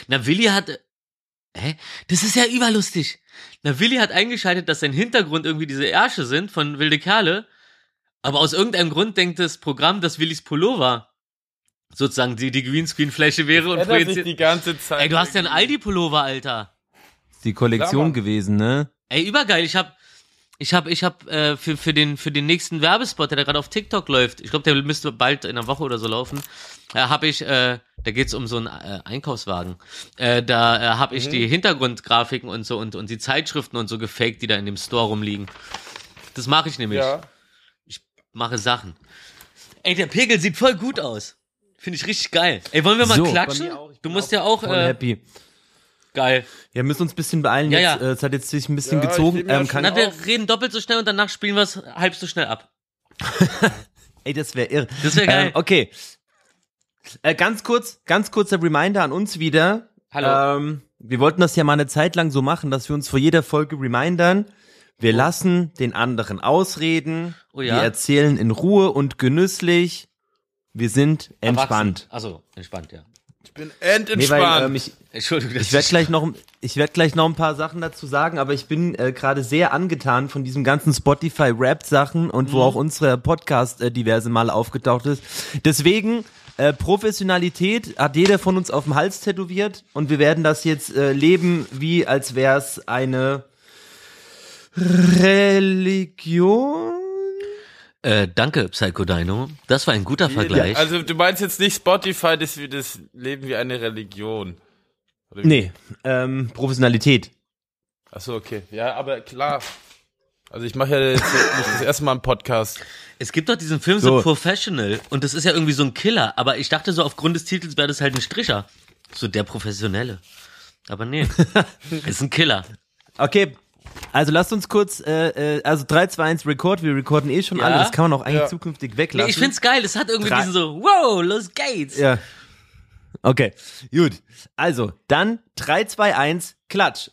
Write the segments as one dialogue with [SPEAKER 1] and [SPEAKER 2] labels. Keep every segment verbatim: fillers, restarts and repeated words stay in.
[SPEAKER 1] Na, Willi hat, hä? Das ist ja überlustig. Na, Willi hat eingeschaltet, dass sein Hintergrund irgendwie diese Ärsche sind von Wilde Kerle, aber aus irgendeinem Grund denkt das Programm, dass Willis Pullover sozusagen die, die Greenscreen-Fläche wäre und
[SPEAKER 2] projiziert die ganze Zeit.
[SPEAKER 1] Ey, du hast ja einen Aldi-Pullover, Alter.
[SPEAKER 3] Ist die Kollektion gewesen, ne?
[SPEAKER 1] Ey, übergeil. Ich hab, ich hab, ich hab äh, für für den für den nächsten Werbespot, der da gerade auf TikTok läuft. Ich glaube, der müsste bald in einer Woche oder so laufen. Da äh, habe ich, äh, da geht's um so einen äh, Einkaufswagen. Äh, da äh, habe ich mhm. die Hintergrundgrafiken und so und und die Zeitschriften und so gefaked, die da in dem Store rumliegen. Das mache ich nämlich.
[SPEAKER 2] Ja.
[SPEAKER 1] Ich mache Sachen. Ey, der Pegel sieht voll gut aus. Finde ich richtig geil. Ey, wollen wir mal
[SPEAKER 3] so,
[SPEAKER 1] klatschen? Du musst ja auch
[SPEAKER 3] voll
[SPEAKER 1] äh,
[SPEAKER 3] happy.
[SPEAKER 1] Geil.
[SPEAKER 3] Ja, müssen uns ein bisschen beeilen.
[SPEAKER 1] Ja,
[SPEAKER 3] jetzt,
[SPEAKER 1] ja.
[SPEAKER 3] Äh, es hat jetzt sich ein bisschen
[SPEAKER 2] Ja,
[SPEAKER 3] gezogen. Ähm, kann
[SPEAKER 1] Na, wir reden doppelt so schnell und danach spielen wir es halb so schnell ab.
[SPEAKER 3] Ey, das wäre irre.
[SPEAKER 1] Das wäre geil.
[SPEAKER 3] Ähm, okay. Äh, ganz kurz, ganz kurzer Reminder an uns wieder.
[SPEAKER 1] Hallo.
[SPEAKER 3] Ähm, wir wollten das ja mal eine Zeit lang so machen, dass wir uns vor jeder Folge remindern. Wir lassen den anderen ausreden.
[SPEAKER 1] Oh ja.
[SPEAKER 3] Wir erzählen in Ruhe und genüsslich. Wir sind entspannt.
[SPEAKER 1] Achso, entspannt, ja.
[SPEAKER 2] Ich bin ententspannt.
[SPEAKER 3] Nee, weil, ähm, ich
[SPEAKER 1] Entschuldigung.
[SPEAKER 3] ich werde gleich noch, ich werde gleich noch ein paar Sachen dazu sagen, aber ich bin äh, gerade sehr angetan von diesem ganzen Spotify-Rap-Sachen und mhm. wo auch unsere Podcast äh, diverse Male aufgetaucht ist. Deswegen äh, Professionalität hat jeder von uns auf dem Hals tätowiert und wir werden das jetzt äh, leben, wie als wäre es eine Religion.
[SPEAKER 1] Äh, danke, Psycho Dino. Das war ein guter Vergleich.
[SPEAKER 2] Ja, also du meinst jetzt nicht Spotify, das, das Leben wie eine Religion? Oder wie?
[SPEAKER 3] Nee, ähm, Professionalität.
[SPEAKER 2] Achso, okay. Ja, aber klar. Also ich mache ja jetzt nicht das erste Mal einen Podcast.
[SPEAKER 1] Es gibt doch diesen Film so.
[SPEAKER 3] So
[SPEAKER 1] Professional und das ist ja irgendwie so ein Killer, aber ich dachte so aufgrund des Titels wäre das halt ein Stricher. So der Professionelle. Aber nee, ist ein Killer.
[SPEAKER 3] Okay. Also lasst uns kurz, äh, äh, also drei, zwei, eins, Record, wir recorden eh schon
[SPEAKER 1] Ja?
[SPEAKER 3] alle, das kann man auch eigentlich
[SPEAKER 2] Ja.
[SPEAKER 3] zukünftig weglassen.
[SPEAKER 1] Nee, ich find's geil, es hat irgendwie
[SPEAKER 3] Drei-
[SPEAKER 1] diesen so, wow, los geht's.
[SPEAKER 3] Ja. Okay, gut. Also, dann drei, zwei, eins, Klatsch.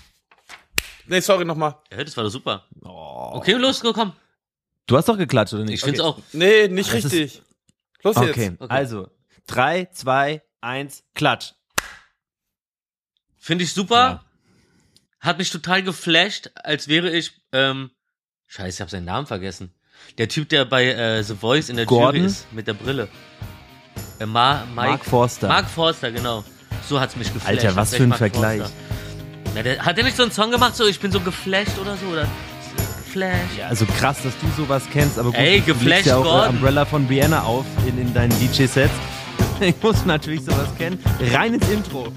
[SPEAKER 2] Nee, sorry nochmal.
[SPEAKER 1] Ja, das war doch super. Okay, los, go, komm.
[SPEAKER 3] Du hast doch geklatscht, oder nicht?
[SPEAKER 1] Ich find's auch.
[SPEAKER 2] Nee, nicht
[SPEAKER 3] Das ist-
[SPEAKER 2] richtig. Los jetzt.
[SPEAKER 3] Okay,
[SPEAKER 1] Okay.
[SPEAKER 3] also, drei, zwei, eins, Klatsch.
[SPEAKER 1] Finde ich super.
[SPEAKER 3] Ja.
[SPEAKER 1] Hat mich total geflasht, als wäre ich, ähm, scheiße, ich hab seinen Namen vergessen. Der Typ, der bei äh, The Voice in der
[SPEAKER 3] Gordon?
[SPEAKER 1] Jury ist, mit der Brille. Äh, Ma, Mike,
[SPEAKER 3] Mark Forster.
[SPEAKER 1] Mark Forster, genau. So hat's mich geflasht.
[SPEAKER 3] Alter, was
[SPEAKER 1] Vielleicht
[SPEAKER 3] für ein
[SPEAKER 1] Mark
[SPEAKER 3] Vergleich.
[SPEAKER 1] Forster. Na, der, hat der nicht so einen Song gemacht, so ich bin so geflasht oder so, oder geflasht?
[SPEAKER 3] Ja, also krass, dass du sowas kennst, aber gut,
[SPEAKER 1] Ey,
[SPEAKER 3] du legst
[SPEAKER 1] geflasht
[SPEAKER 3] ja auch äh,
[SPEAKER 1] Gordon.
[SPEAKER 3] Umbrella von Rihanna auf in, in deinen D J-Sets. Ich muss natürlich sowas kennen. Rein ins Intro.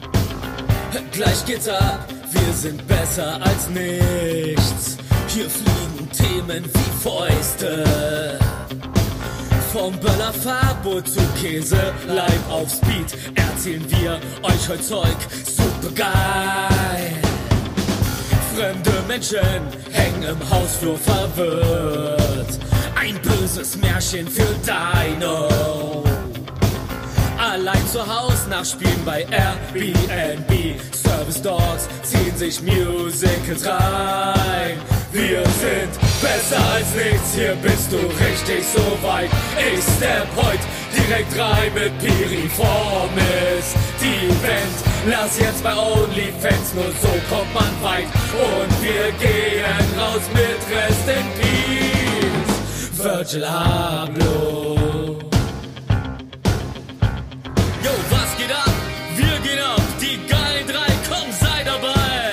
[SPEAKER 4] Gleich geht's ab, wir sind besser als nichts. Hier fliegen Themen wie Fäuste. Vom Böllerfabo zu Käse, live auf Speed, erzählen wir euch heute Zeug super geil. Fremde Menschen hängen im Hausflur verwirrt. Ein böses Märchen für Dino. Allein zu Haus nachspielen bei Airbnb. Service Dogs ziehen sich Musicals rein. Wir sind besser als nichts, hier bist du richtig so weit. Ich step heut direkt rein mit Piriformis. Die Event, lass jetzt bei OnlyFans, nur so kommt man weit. Und wir gehen raus mit Rest in Peace. Virgil Abloh. Yo, was geht ab? Wir gehen ab, die geilen drei, komm, sei dabei.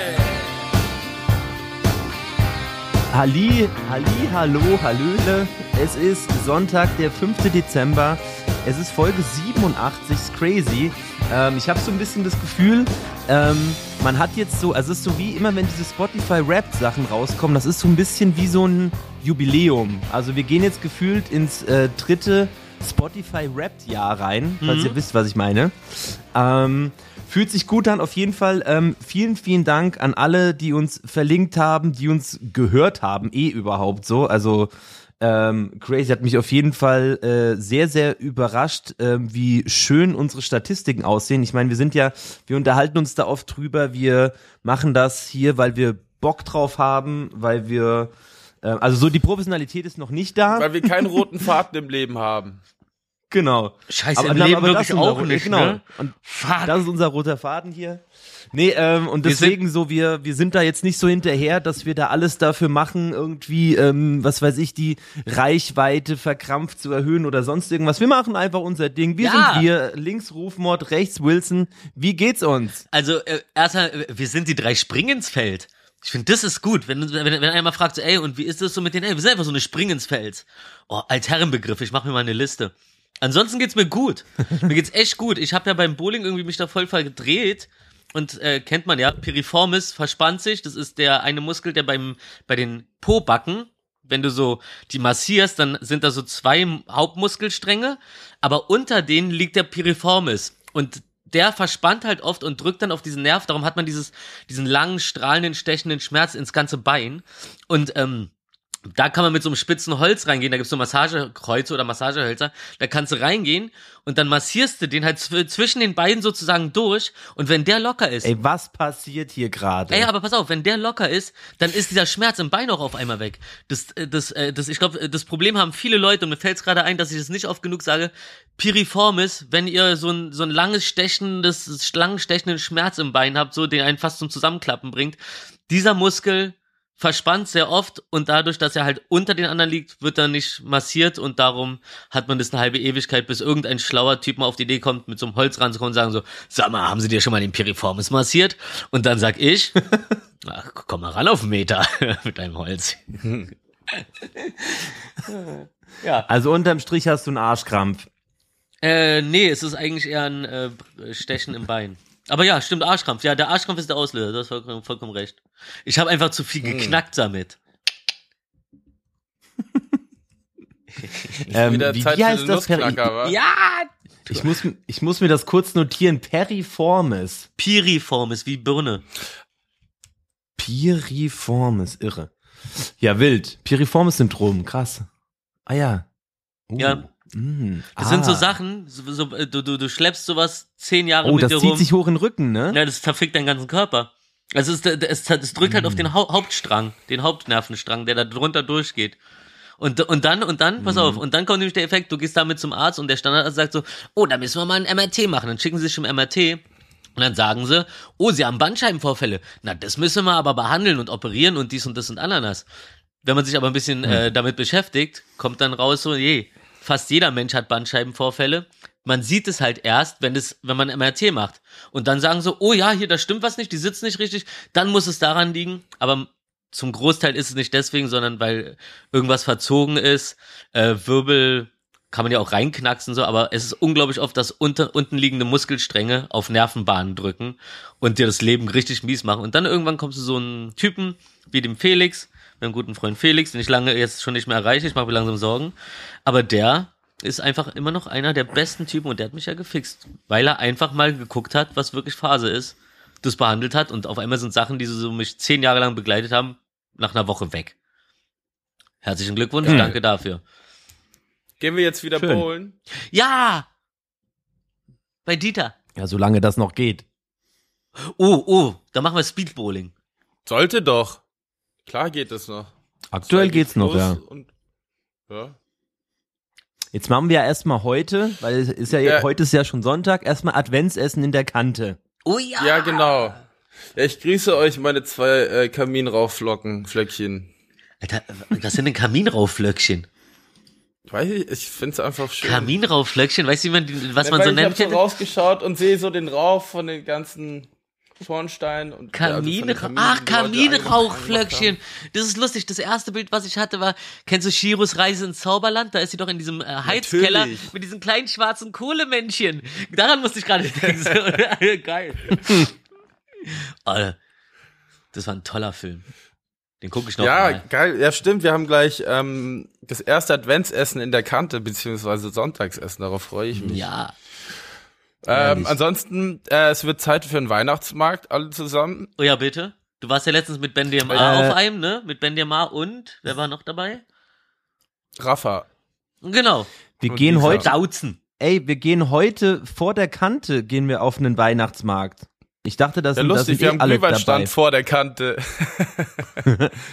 [SPEAKER 3] Halli, Halli, hallo, hallöle. Es ist Sonntag, der fünfte Dezember. Es ist Folge siebenundachtzig, ist crazy. Ähm, ich habe so ein bisschen das Gefühl, ähm, man hat jetzt so, also es ist so wie immer, wenn diese Spotify-Rap-Sachen rauskommen, das ist so ein bisschen wie so ein Jubiläum. Also wir gehen jetzt gefühlt ins äh, dritte Spotify-Rap-Jahr rein, falls
[SPEAKER 1] Mhm.
[SPEAKER 3] ihr wisst, was ich meine. Ähm, fühlt sich gut an, auf jeden Fall. Ähm, vielen, vielen Dank an alle, die uns verlinkt haben, die uns gehört haben, eh überhaupt so. Also ähm, crazy, hat mich auf jeden Fall äh, sehr, sehr überrascht, äh, wie schön unsere Statistiken aussehen. Ich meine, wir sind ja, wir unterhalten uns da oft drüber, wir machen das hier, weil wir Bock drauf haben, weil wir, äh, also so die Professionalität ist noch nicht da.
[SPEAKER 2] Weil wir keinen roten Faden im Leben haben.
[SPEAKER 3] Genau.
[SPEAKER 1] Scheiße,
[SPEAKER 3] aber,
[SPEAKER 1] im
[SPEAKER 3] na,
[SPEAKER 1] Leben
[SPEAKER 3] aber
[SPEAKER 1] wirklich
[SPEAKER 3] das ist unser,
[SPEAKER 1] auch nicht,
[SPEAKER 3] genau.
[SPEAKER 1] ne?
[SPEAKER 3] Und
[SPEAKER 1] Fuck.
[SPEAKER 3] das ist unser roter Faden hier. Nee, ähm, und
[SPEAKER 1] Wir
[SPEAKER 3] deswegen so, wir, wir sind da jetzt nicht so hinterher, dass wir da alles dafür machen, irgendwie, ähm, was weiß ich, die Reichweite verkrampft zu erhöhen oder sonst irgendwas. Wir machen einfach unser Ding. Wir
[SPEAKER 1] Ja.
[SPEAKER 3] sind wir, links Rufmord, rechts Wilson. Wie geht's uns?
[SPEAKER 1] Also, äh, erstmal, äh, wir sind die drei Springensfeld. Ich finde, das ist gut. Wenn, wenn, wenn einer mal fragt, so, ey, und wie ist das so mit den, ey, wir sind einfach so eine Springensfeld. Oh, als Herrenbegriff, ich mache mir mal eine Liste. Ansonsten geht's mir gut. Mir geht's echt gut. Ich habe ja beim Bowling irgendwie mich da voll verdreht. Und äh, kennt man ja, Piriformis verspannt sich. Das ist der eine Muskel, der beim bei den Pobacken, wenn du so die massierst, dann sind da so zwei Hauptmuskelstränge. Aber unter denen liegt der Piriformis. Und der verspannt halt oft und drückt dann auf diesen Nerv. Darum hat man dieses diesen langen, strahlenden, stechenden Schmerz ins ganze Bein. Und ähm, da kann man mit so einem spitzen Holz reingehen, da gibt's so Massagekreuze oder Massagehölzer, da kannst du reingehen und dann massierst du den halt zw- zwischen den Beinen sozusagen durch und wenn der locker ist,
[SPEAKER 3] Ey, was passiert hier gerade?
[SPEAKER 1] ey, aber pass auf, wenn der locker ist, dann ist dieser Schmerz im Bein auch auf einmal weg. Das, äh, das, äh, das, ich glaube, das Problem haben viele Leute und mir fällt es gerade ein, dass ich das nicht oft genug sage, Piriformis, wenn ihr so ein, so ein langes, stechendes, langen, stechenden Schmerz im Bein habt, so den einen fast zum Zusammenklappen bringt, dieser Muskel verspannt sehr oft und dadurch, dass er halt unter den anderen liegt, wird er nicht massiert und darum hat man das eine halbe Ewigkeit, bis irgendein schlauer Typ mal auf die Idee kommt, mit so einem Holz ranzukommen und sagen so, sag mal, haben Sie dir schon mal den Piriformis massiert? Und dann sag ich, ach, komm mal ran auf den Meter mit deinem Holz. Ja.
[SPEAKER 3] Also unterm Strich hast du einen Arschkrampf.
[SPEAKER 1] Äh, nee, es ist eigentlich eher ein äh, Stechen im Bein. Aber ja, stimmt, Arschkrampf. Ja, der Arschkrampf ist der Auslöser, du hast vollkommen, vollkommen recht. Ich habe einfach zu viel geknackt damit.
[SPEAKER 3] Ähm,
[SPEAKER 2] Wieder
[SPEAKER 3] wie,
[SPEAKER 2] Zeit
[SPEAKER 3] wie
[SPEAKER 2] für
[SPEAKER 3] heißt
[SPEAKER 2] den
[SPEAKER 3] das? Peri
[SPEAKER 2] Nussknacker, wa?
[SPEAKER 1] Ja!
[SPEAKER 3] ich, muss, ich muss mir das kurz notieren. Piriformis.
[SPEAKER 1] Piriformis, wie Birne.
[SPEAKER 3] Piriformis, irre. Ja, wild. Piriformis-Syndrom, krass. Ah ja. Uh.
[SPEAKER 1] Ja.
[SPEAKER 3] Mm.
[SPEAKER 1] Das
[SPEAKER 3] ah.
[SPEAKER 1] sind so Sachen, so, so, du, du, du schleppst sowas zehn Jahre
[SPEAKER 3] Oh,
[SPEAKER 1] mit
[SPEAKER 3] das
[SPEAKER 1] dir
[SPEAKER 3] zieht
[SPEAKER 1] rum.
[SPEAKER 3] sich hoch in den Rücken, ne?
[SPEAKER 1] Ja, das verfickt deinen ganzen Körper. Also es, ist, es, es drückt halt auf den Hau- Hauptstrang, den Hauptnervenstrang, der da drunter durchgeht. Und, und dann, und dann, pass auf, und dann kommt nämlich der Effekt, du gehst damit zum Arzt und der Standardarzt sagt so, oh, da müssen wir mal ein M R T machen. Dann schicken sie sich zum M R T und dann sagen sie, oh, sie haben Bandscheibenvorfälle. Na, das müssen wir aber behandeln und operieren und dies und das und Ananas. Wenn man sich aber ein bisschen äh, damit beschäftigt, kommt dann raus so, je, fast jeder Mensch hat Bandscheibenvorfälle. Man sieht es halt erst, wenn es, wenn man M R T macht. Und dann sagen so, oh ja, hier, da stimmt was nicht, die sitzen nicht richtig. Dann muss es daran liegen. Aber zum Großteil ist es nicht deswegen, sondern weil irgendwas verzogen ist. Äh, Wirbel kann man ja auch reinknacksen, so. Aber es ist unglaublich oft, dass unter, unten liegende Muskelstränge auf Nervenbahnen drücken und dir das Leben richtig mies machen. Und dann irgendwann kommst du so einen Typen wie dem Felix, meinem guten Freund Felix, den ich lange jetzt schon nicht mehr erreiche. Ich mache mir langsam Sorgen. Aber der ist einfach immer noch einer der besten Typen und der hat mich ja gefixt, weil er einfach mal geguckt hat, was wirklich Phase ist, das behandelt hat und auf einmal sind Sachen, die so mich zehn Jahre lang begleitet haben, nach einer Woche weg. Herzlichen Glückwunsch,
[SPEAKER 3] Hm.
[SPEAKER 1] danke dafür.
[SPEAKER 2] Gehen wir jetzt wieder
[SPEAKER 3] Schön.
[SPEAKER 2] bowlen?
[SPEAKER 1] Ja! Bei Dieter.
[SPEAKER 3] Ja, solange das noch geht.
[SPEAKER 1] Oh, oh, da machen wir Speedbowling.
[SPEAKER 2] Sollte doch. Klar geht es noch.
[SPEAKER 3] Aktuell
[SPEAKER 2] Zwei
[SPEAKER 3] geht's noch,
[SPEAKER 2] los
[SPEAKER 3] ja.
[SPEAKER 2] Und, ja.
[SPEAKER 3] Jetzt machen wir ja erstmal heute, weil es ist ja,
[SPEAKER 2] Ja.
[SPEAKER 3] heute ist ja schon Sonntag, erstmal Adventsessen in der Kante.
[SPEAKER 1] Oh ja!
[SPEAKER 2] Ja, genau. Ja, ich grüße euch, meine zwei äh, Kaminrauchflocken, Flöckchen.
[SPEAKER 1] Alter, das sind denn Kaminrauchflöckchen.
[SPEAKER 2] Weiß ich, ich find's einfach schön.
[SPEAKER 1] Kaminrauchflöckchen, weißt du, wie man, die- was
[SPEAKER 2] Ja,
[SPEAKER 1] man
[SPEAKER 2] weil
[SPEAKER 1] so
[SPEAKER 2] ich
[SPEAKER 1] nennt?
[SPEAKER 2] hab so rausgeschaut und sehe so den Rauch von den ganzen Schornsteinen. Und,
[SPEAKER 1] Kamin,
[SPEAKER 2] ja, also von den Kaminen,
[SPEAKER 1] ach,
[SPEAKER 2] die Leute angemacht-
[SPEAKER 1] Kaminrauchflöckchen.
[SPEAKER 2] angemacht
[SPEAKER 1] Das ist lustig. Das erste Bild, was ich hatte, war, kennst du Chiros Reise ins Zauberland? Da ist sie doch in diesem äh, Heizkeller
[SPEAKER 2] Natürlich.
[SPEAKER 1] mit diesen kleinen schwarzen Kohlemännchen. Daran musste ich gerade denken. So, geil. Alter, das war ein toller Film. Den gucke ich noch
[SPEAKER 2] Ja,
[SPEAKER 1] mal.
[SPEAKER 2] geil. Ja, stimmt. Wir haben gleich ähm, das erste Adventsessen in der Kante, beziehungsweise Sonntagsessen. Darauf freue ich mich.
[SPEAKER 1] Ja.
[SPEAKER 2] Ähm, ansonsten, äh, es wird Zeit für einen Weihnachtsmarkt, alle zusammen.
[SPEAKER 1] Oh ja, bitte. Du warst ja letztens mit Ben D M A
[SPEAKER 3] Äh.
[SPEAKER 1] auf einem, ne? Mit Ben D M A und, wer war noch dabei?
[SPEAKER 2] Rafa.
[SPEAKER 1] Genau.
[SPEAKER 3] Wir
[SPEAKER 2] Und
[SPEAKER 3] gehen
[SPEAKER 2] Lisa.
[SPEAKER 3] heute,
[SPEAKER 1] Dauzen.
[SPEAKER 3] ey, wir gehen heute vor der Kante, gehen wir auf einen Weihnachtsmarkt. Ich dachte, das
[SPEAKER 2] Ja,
[SPEAKER 3] sind, das
[SPEAKER 2] lustig,
[SPEAKER 3] sind
[SPEAKER 2] wir
[SPEAKER 3] eh
[SPEAKER 2] haben
[SPEAKER 3] alle
[SPEAKER 2] Glühweinstand
[SPEAKER 3] dabei.
[SPEAKER 2] vor der Kante.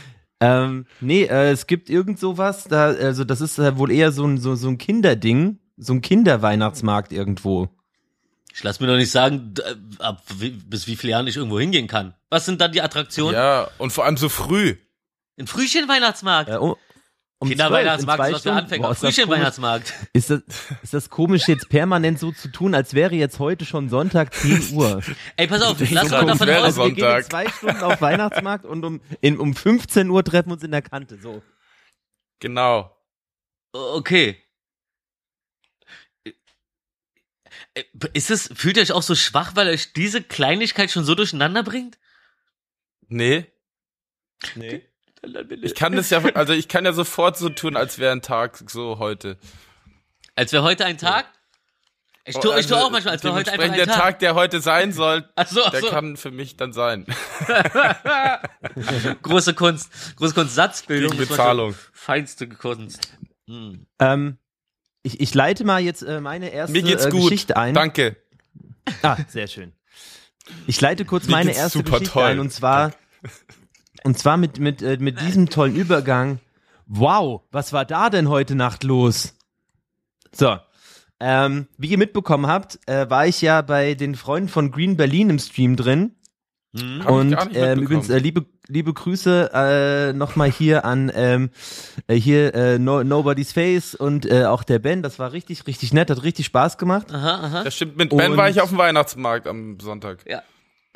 [SPEAKER 3] Ähm, nee, äh, es gibt irgend sowas, da, also das ist äh, wohl eher so ein, so, so ein Kinderding. so ein Kinderweihnachtsmarkt irgendwo.
[SPEAKER 1] Ich lass mir doch nicht sagen, d- ab wie, bis wie viele Jahren ich irgendwo hingehen kann. Was sind dann die Attraktionen?
[SPEAKER 2] Ja, und vor allem so früh.
[SPEAKER 1] Ein Frühchen-Weihnachtsmarkt.
[SPEAKER 3] Äh, um, um
[SPEAKER 1] Kinderweihnachtsmarkt
[SPEAKER 3] zwölf,
[SPEAKER 1] ist
[SPEAKER 3] in
[SPEAKER 1] was für
[SPEAKER 3] zwei
[SPEAKER 1] Anfänger.
[SPEAKER 3] Boah, ist das komisch.
[SPEAKER 1] Frühchen-Weihnachtsmarkt.
[SPEAKER 3] Ist das, ist das komisch, jetzt permanent so zu tun, als wäre jetzt heute schon Sonntag zehn Uhr?
[SPEAKER 1] Ey, pass auf,
[SPEAKER 2] Das
[SPEAKER 1] lass
[SPEAKER 2] ist
[SPEAKER 1] mal
[SPEAKER 2] so
[SPEAKER 1] davon
[SPEAKER 2] wäre
[SPEAKER 1] aus,
[SPEAKER 2] so-
[SPEAKER 3] Wir gehen in
[SPEAKER 2] Sonntag.
[SPEAKER 3] zwei Stunden auf Weihnachtsmarkt und um, in, um fünfzehn Uhr treffen wir uns in der Kante. So.
[SPEAKER 2] Genau.
[SPEAKER 1] okay. Ist es, fühlt ihr euch auch so schwach, weil euch diese Kleinigkeit schon so durcheinander bringt?
[SPEAKER 2] Nee.
[SPEAKER 3] Nee.
[SPEAKER 2] Ich kann das ja, also ich kann ja sofort so tun, als wäre ein Tag so heute.
[SPEAKER 1] Als wäre heute ein Tag? Ich tue, ich tue auch manchmal, als wäre heute einfach ein
[SPEAKER 2] der
[SPEAKER 1] Tag.
[SPEAKER 2] Tag, der heute sein soll,
[SPEAKER 1] Ach so, ach
[SPEAKER 2] der
[SPEAKER 1] so.
[SPEAKER 2] kann für mich dann sein.
[SPEAKER 1] Große Kunst, große Kunst, Satzbildung.
[SPEAKER 2] Gegen
[SPEAKER 1] ist manchmal
[SPEAKER 2] Bezahlung.
[SPEAKER 1] Feinste Kunst. Hm.
[SPEAKER 3] Ähm, ich, ich leite mal jetzt äh, meine erste
[SPEAKER 2] Mir geht's
[SPEAKER 3] äh,
[SPEAKER 2] gut.
[SPEAKER 3] Geschichte ein.
[SPEAKER 2] Danke.
[SPEAKER 3] Ah, sehr schön. Ich leite kurz
[SPEAKER 2] Mir
[SPEAKER 3] meine
[SPEAKER 2] geht's
[SPEAKER 3] erste
[SPEAKER 2] super
[SPEAKER 3] Geschichte
[SPEAKER 2] toll.
[SPEAKER 3] ein und zwar und zwar mit mit äh, mit diesem tollen Übergang. Wow, was war da denn heute Nacht los? So, ähm, wie ihr mitbekommen habt, äh, war ich ja bei den Freunden von Green Berlin im Stream drin.
[SPEAKER 1] Hm.
[SPEAKER 2] Hab ich
[SPEAKER 3] Und
[SPEAKER 2] gar nicht
[SPEAKER 3] ähm,
[SPEAKER 2] mitbekommen.
[SPEAKER 3] übrigens, äh, liebe, liebe Grüße äh, nochmal hier an ähm, äh, hier äh, no, Nobody's Face und äh, auch der Ben. Das war richtig, richtig nett, hat richtig Spaß gemacht.
[SPEAKER 1] Aha, aha.
[SPEAKER 2] Das stimmt, mit Ben
[SPEAKER 3] Und-
[SPEAKER 2] war ich auf dem Weihnachtsmarkt am Sonntag.
[SPEAKER 1] Ja.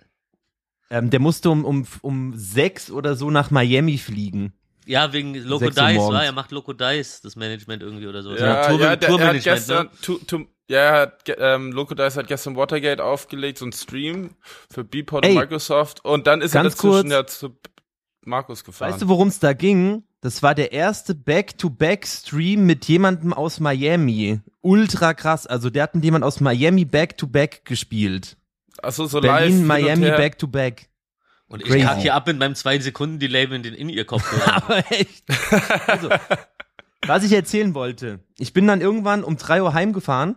[SPEAKER 3] Ähm, der musste um, um, um sechs oder so nach Miami fliegen.
[SPEAKER 1] Ja, wegen Loco
[SPEAKER 3] sechs Uhr
[SPEAKER 1] Dice,
[SPEAKER 3] morgens.
[SPEAKER 1] war, er macht Loco Dice, das Management irgendwie oder so.
[SPEAKER 2] Ja,
[SPEAKER 1] Tour,
[SPEAKER 2] ja, der, er hat
[SPEAKER 1] Tourmanagement,
[SPEAKER 2] gestern,
[SPEAKER 1] ne?
[SPEAKER 2] tu, tu, ja, er hat, ge- ähm, Loco Dice hat gestern Watergate aufgelegt, so ein Stream für Beatport und
[SPEAKER 3] Ey,
[SPEAKER 2] Microsoft. Und dann ist er
[SPEAKER 3] ganz
[SPEAKER 2] dazwischen
[SPEAKER 3] kurz.
[SPEAKER 2] ja zu Markus gefahren.
[SPEAKER 3] Weißt du, worum es da ging? Das war der erste Back-to-Back-Stream mit jemandem aus Miami. Ultra krass. Also der hat mit jemand aus Miami Back-to-Back gespielt.
[SPEAKER 2] Achso, so live.
[SPEAKER 3] Berlin,
[SPEAKER 2] hin und
[SPEAKER 3] Miami
[SPEAKER 2] her.
[SPEAKER 3] Back-to-Back.
[SPEAKER 1] Und ich
[SPEAKER 3] Crazy.
[SPEAKER 1] kack hier ab in meinem zwei Sekunden Delay in den in ihr Kopf.
[SPEAKER 3] Aber echt. Also, was ich erzählen wollte. Ich bin dann irgendwann um drei Uhr heimgefahren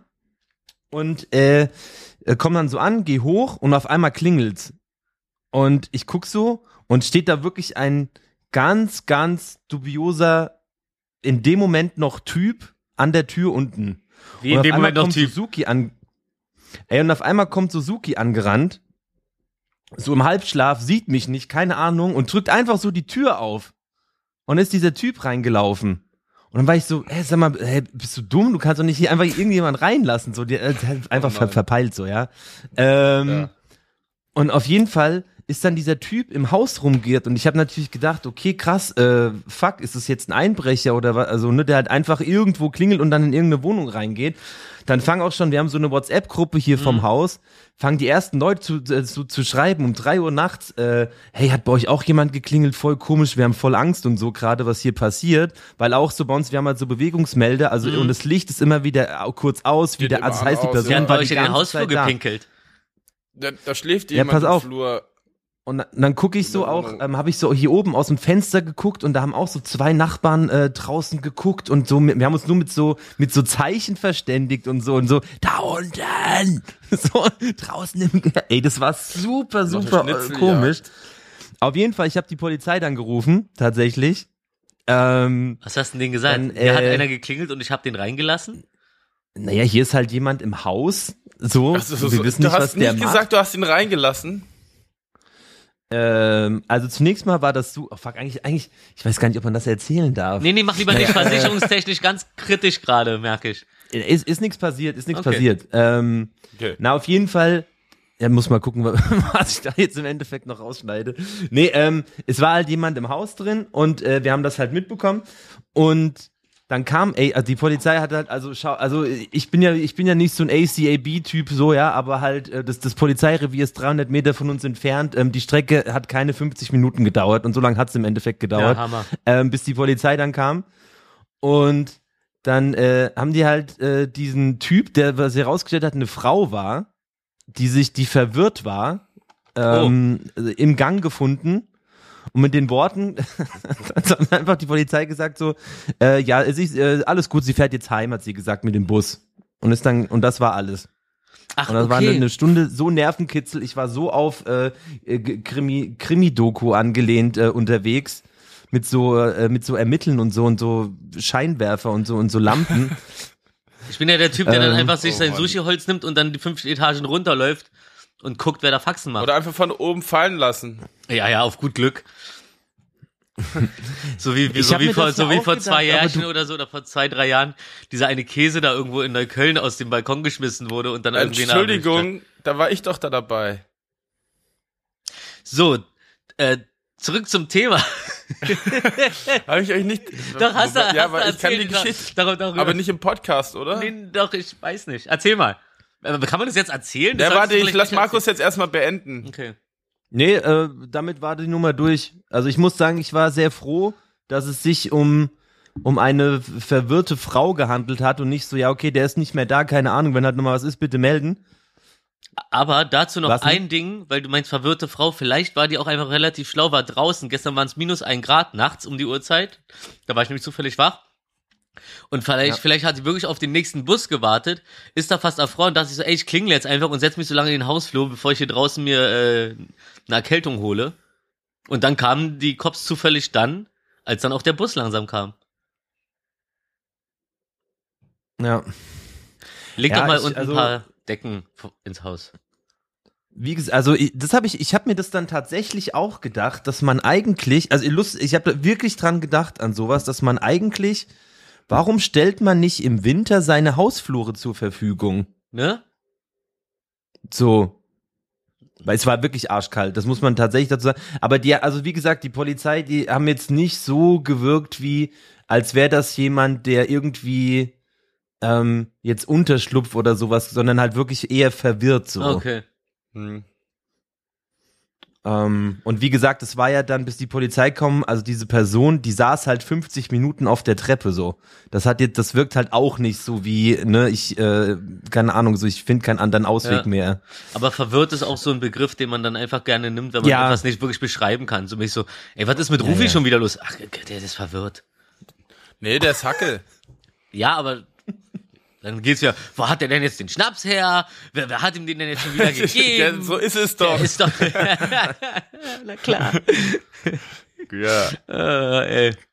[SPEAKER 3] und äh, äh, komm dann so an, geh hoch und auf einmal klingelt's. Und ich guck so und steht da wirklich ein ganz, ganz dubioser, in dem Moment noch Typ an der Tür unten.
[SPEAKER 1] Wie
[SPEAKER 3] Und
[SPEAKER 1] in
[SPEAKER 3] auf
[SPEAKER 1] dem
[SPEAKER 3] einmal
[SPEAKER 1] Moment noch
[SPEAKER 3] kommt
[SPEAKER 1] Typ.
[SPEAKER 3] Suzuki an. Ey, und auf einmal kommt Suzuki angerannt. So im Halbschlaf, sieht mich nicht, keine Ahnung, und drückt einfach so die Tür auf. Und ist dieser Typ reingelaufen. Und dann war ich so, ey, sag mal, hey, bist du dumm? Du kannst doch nicht hier einfach irgendjemand reinlassen. So, der, der hat einfach
[SPEAKER 2] Oh
[SPEAKER 3] ver
[SPEAKER 2] nein.
[SPEAKER 3] verpeilt, so, ja. Ähm,
[SPEAKER 2] Ja.
[SPEAKER 3] Und auf jeden Fall ist dann dieser Typ im Haus rumgeirrt und ich habe natürlich gedacht, okay, krass, äh, fuck, ist das jetzt ein Einbrecher oder was? Also, ne, der halt einfach irgendwo klingelt und dann in irgendeine Wohnung reingeht. Dann fangen auch schon, wir haben so eine WhatsApp-Gruppe hier vom
[SPEAKER 1] Mhm.
[SPEAKER 3] Haus, fangen die ersten Leute zu, äh, zu, zu schreiben um drei Uhr nachts, äh, hey, hat bei euch auch jemand geklingelt, voll komisch, wir haben voll Angst und so gerade, was hier passiert, weil auch so bei uns, wir haben halt so Bewegungsmelder, also
[SPEAKER 1] Mhm.
[SPEAKER 3] und das Licht ist immer wieder au- kurz aus,
[SPEAKER 2] Geht
[SPEAKER 3] wieder,
[SPEAKER 2] immer
[SPEAKER 3] also das
[SPEAKER 2] an,
[SPEAKER 3] heißt, die
[SPEAKER 2] aus,
[SPEAKER 3] Person
[SPEAKER 1] Sie hat
[SPEAKER 2] ja.
[SPEAKER 1] bei
[SPEAKER 3] war
[SPEAKER 1] euch
[SPEAKER 3] die
[SPEAKER 1] in den
[SPEAKER 3] ganze
[SPEAKER 1] Hausflur
[SPEAKER 3] Zeit da.
[SPEAKER 1] gepinkelt.
[SPEAKER 2] Da, da schläft
[SPEAKER 3] Ja,
[SPEAKER 2] jemand
[SPEAKER 3] pass
[SPEAKER 2] im
[SPEAKER 3] auf.
[SPEAKER 2] Flur.
[SPEAKER 3] Und dann, dann gucke ich so
[SPEAKER 2] In der
[SPEAKER 3] auch,
[SPEAKER 2] Wohnung.
[SPEAKER 3] ähm, habe ich so hier oben aus dem Fenster geguckt und da haben auch so zwei Nachbarn äh, draußen geguckt und so, mit, wir haben uns nur mit so mit so Zeichen verständigt und so und so, da unten, so draußen im, Ge- ey, das war super,
[SPEAKER 2] Noch eine
[SPEAKER 3] super äh,
[SPEAKER 2] Schnitzeljagd.
[SPEAKER 3] komisch. Auf jeden Fall, ich habe die Polizei dann gerufen, tatsächlich. Ähm,
[SPEAKER 1] Was hast du denn denen gesagt?
[SPEAKER 3] Dann,
[SPEAKER 1] Hier hat
[SPEAKER 3] äh,
[SPEAKER 1] einer geklingelt und ich hab den reingelassen?
[SPEAKER 3] naja, hier ist halt jemand im Haus, so,
[SPEAKER 2] Ach so, so,
[SPEAKER 3] wir
[SPEAKER 2] so.
[SPEAKER 3] wissen
[SPEAKER 2] Du
[SPEAKER 3] nicht, was
[SPEAKER 2] hast
[SPEAKER 3] der
[SPEAKER 2] nicht
[SPEAKER 3] macht.
[SPEAKER 2] gesagt, du hast ihn reingelassen.
[SPEAKER 3] Ähm, also zunächst mal war das so, oh fuck, eigentlich, eigentlich, ich weiß gar nicht, ob man das erzählen darf.
[SPEAKER 1] Nee, nee, mach lieber nicht. Versicherungstechnisch ganz kritisch gerade, merke ich.
[SPEAKER 3] Ist, ist nichts passiert, ist nichts
[SPEAKER 1] Okay.
[SPEAKER 3] passiert. Ähm,
[SPEAKER 2] Okay.
[SPEAKER 3] na, auf jeden Fall, ja, muss mal gucken, was ich da jetzt im Endeffekt noch rausschneide. Nee, ähm, es war halt jemand im Haus drin und äh, wir haben das halt mitbekommen und dann kam, ey, also die Polizei hat halt, also schau, also ich bin ja, ich bin ja nicht so ein A C A B-Typ so, ja, aber halt äh, das, das Polizeirevier ist dreihundert Meter von uns entfernt. Ähm, die Strecke hat keine fünfzig Minuten gedauert und so lange hat es im Endeffekt gedauert,
[SPEAKER 1] Ja, Hammer.
[SPEAKER 3] ähm, bis die Polizei dann kam und dann äh, haben die halt äh, diesen Typ, der, was sie herausgestellt hat, eine Frau war, die sich, die verwirrt war, ähm, im Gang gefunden. Und mit den Worten hat einfach die Polizei gesagt so, äh, ja, es ist, äh, alles gut, sie fährt jetzt heim, hat sie gesagt, mit dem Bus. Und ist dann, und das war alles.
[SPEAKER 1] Ach,
[SPEAKER 3] Und das war eine,
[SPEAKER 1] okay.
[SPEAKER 3] eine Stunde so Nervenkitzel, ich war so auf äh, äh, Krimi, Krimi-Doku angelehnt äh, unterwegs, mit so, äh, mit so Ermitteln und so und so Scheinwerfer und so und so Lampen.
[SPEAKER 1] Ich bin ja der Typ, der dann
[SPEAKER 3] Ähm,
[SPEAKER 1] einfach sich
[SPEAKER 2] oh
[SPEAKER 1] sein
[SPEAKER 2] Mann.
[SPEAKER 1] Sushi-Holz nimmt und dann die fünf Etagen runterläuft und guckt, wer da Faxen macht.
[SPEAKER 2] Oder einfach von oben fallen lassen.
[SPEAKER 1] Ja, ja, auf gut Glück. so wie, wie,
[SPEAKER 3] Ich
[SPEAKER 1] so
[SPEAKER 3] hab
[SPEAKER 1] wie
[SPEAKER 3] mir
[SPEAKER 1] vor,
[SPEAKER 3] das
[SPEAKER 1] so
[SPEAKER 3] ja
[SPEAKER 1] wie
[SPEAKER 3] auch
[SPEAKER 1] vor
[SPEAKER 3] gedacht,
[SPEAKER 1] zwei
[SPEAKER 3] aber
[SPEAKER 1] Jahren
[SPEAKER 3] du-
[SPEAKER 1] oder so, oder vor zwei, drei Jahren, dieser eine Käse da irgendwo in Neukölln aus dem Balkon geschmissen wurde und dann irgendwie
[SPEAKER 2] Entschuldigung, da war ich doch da dabei.
[SPEAKER 1] So, äh, zurück zum Thema.
[SPEAKER 2] Habe ich euch nicht...
[SPEAKER 1] Doch, hast du,
[SPEAKER 2] Ja,
[SPEAKER 1] hast
[SPEAKER 2] aber
[SPEAKER 1] du
[SPEAKER 2] ich kann die
[SPEAKER 1] erzählt, doch,
[SPEAKER 2] Geschichte...
[SPEAKER 1] Darüber, darüber.
[SPEAKER 2] Aber nicht im Podcast, oder?
[SPEAKER 1] Nee, doch, ich weiß nicht. Erzähl mal. Äh, Kann man das jetzt erzählen? Das
[SPEAKER 2] Ja,
[SPEAKER 1] solltest
[SPEAKER 2] warte,
[SPEAKER 1] du
[SPEAKER 2] ich
[SPEAKER 1] vielleicht
[SPEAKER 2] lass
[SPEAKER 1] nicht
[SPEAKER 2] Markus jetzt erstmal beenden.
[SPEAKER 1] erzählen. Okay.
[SPEAKER 3] Nee, äh, damit war die Nummer durch. Also ich muss sagen, ich war sehr froh, dass es sich um, um eine verwirrte Frau gehandelt hat und nicht so, ja, okay, der ist nicht mehr da, keine Ahnung, wenn halt nochmal was ist, bitte melden.
[SPEAKER 1] Aber dazu noch
[SPEAKER 3] Was denn?
[SPEAKER 1] ein Ding, weil du meinst verwirrte Frau, vielleicht war die auch einfach relativ schlau, war draußen. Gestern waren es minus ein Grad nachts um die Uhrzeit. Da war ich nämlich zufällig wach. Und vielleicht,
[SPEAKER 3] Ja.
[SPEAKER 1] vielleicht hat sie wirklich auf den nächsten Bus gewartet, ist da fast erfroren und dachte sich so, ey, ich klingel jetzt einfach und setz mich so lange in den Hausflur, bevor ich hier draußen mir äh, eine Erkältung hole. Und dann kamen die Cops zufällig dann, als dann auch der Bus langsam kam.
[SPEAKER 3] Ja.
[SPEAKER 1] Leg
[SPEAKER 3] Ja,
[SPEAKER 1] doch mal
[SPEAKER 3] ich-
[SPEAKER 1] unten
[SPEAKER 3] also-
[SPEAKER 1] ein paar Decken ins Haus.
[SPEAKER 3] Wie gesagt, also ich, das habe ich, ich habe mir das dann tatsächlich auch gedacht, dass man eigentlich, also Lust, ich habe wirklich dran gedacht an sowas, dass man eigentlich, warum stellt man nicht im Winter seine Hausflure zur Verfügung?
[SPEAKER 1] Ne?
[SPEAKER 3] So. Weil es war wirklich arschkalt, das muss man tatsächlich dazu sagen. Aber die, also wie gesagt, die Polizei, die haben jetzt nicht so gewirkt, wie als wäre das jemand, der irgendwie ähm, jetzt Unterschlupf oder sowas, sondern halt wirklich eher verwirrt so.
[SPEAKER 1] Okay.
[SPEAKER 2] Hm.
[SPEAKER 3] Ähm, und wie gesagt, es war ja dann, bis die Polizei kommen, also diese Person, die saß halt fünfzig Minuten auf der Treppe so. Das hat jetzt, das wirkt halt auch nicht so wie, ne, ich, äh, keine Ahnung, so ich finde keinen anderen Ausweg
[SPEAKER 1] Ja.
[SPEAKER 3] mehr.
[SPEAKER 1] Aber verwirrt ist auch so ein Begriff, den man dann einfach gerne nimmt, wenn man
[SPEAKER 3] Ja.
[SPEAKER 1] etwas nicht wirklich beschreiben kann. So mich so, ey, was ist mit Rufi
[SPEAKER 3] ja.
[SPEAKER 1] schon wieder los? Ach, der ist verwirrt.
[SPEAKER 2] Nee, der ist Hacke.
[SPEAKER 1] Ja, aber dann geht's ja, wo hat der denn jetzt den Schnaps her? Wer, wer hat ihm den denn jetzt schon wieder
[SPEAKER 2] Ja,
[SPEAKER 1] gegeben?
[SPEAKER 2] so ist es
[SPEAKER 1] Der
[SPEAKER 2] doch.
[SPEAKER 1] ist doch, na klar.
[SPEAKER 2] Ja,
[SPEAKER 1] Äh, ey.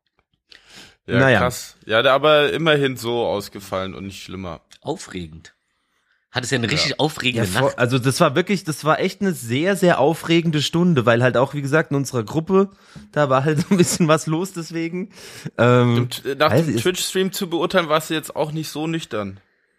[SPEAKER 2] ja
[SPEAKER 3] Naja.
[SPEAKER 2] krass. Ja, der aber immerhin so ausgefallen und nicht schlimmer.
[SPEAKER 1] Aufregend. Hat es ja eine richtig
[SPEAKER 3] Ja,
[SPEAKER 1] aufregende
[SPEAKER 3] vor,
[SPEAKER 1] Nacht.
[SPEAKER 3] also das war wirklich, das war echt eine sehr, sehr aufregende Stunde, weil halt auch, wie gesagt, in unserer Gruppe, da war halt so ein bisschen was los deswegen. Ähm,
[SPEAKER 2] Und nach
[SPEAKER 3] weiß
[SPEAKER 2] dem
[SPEAKER 3] ich-
[SPEAKER 2] Twitch-Stream zu beurteilen, warst du jetzt auch nicht so nüchtern.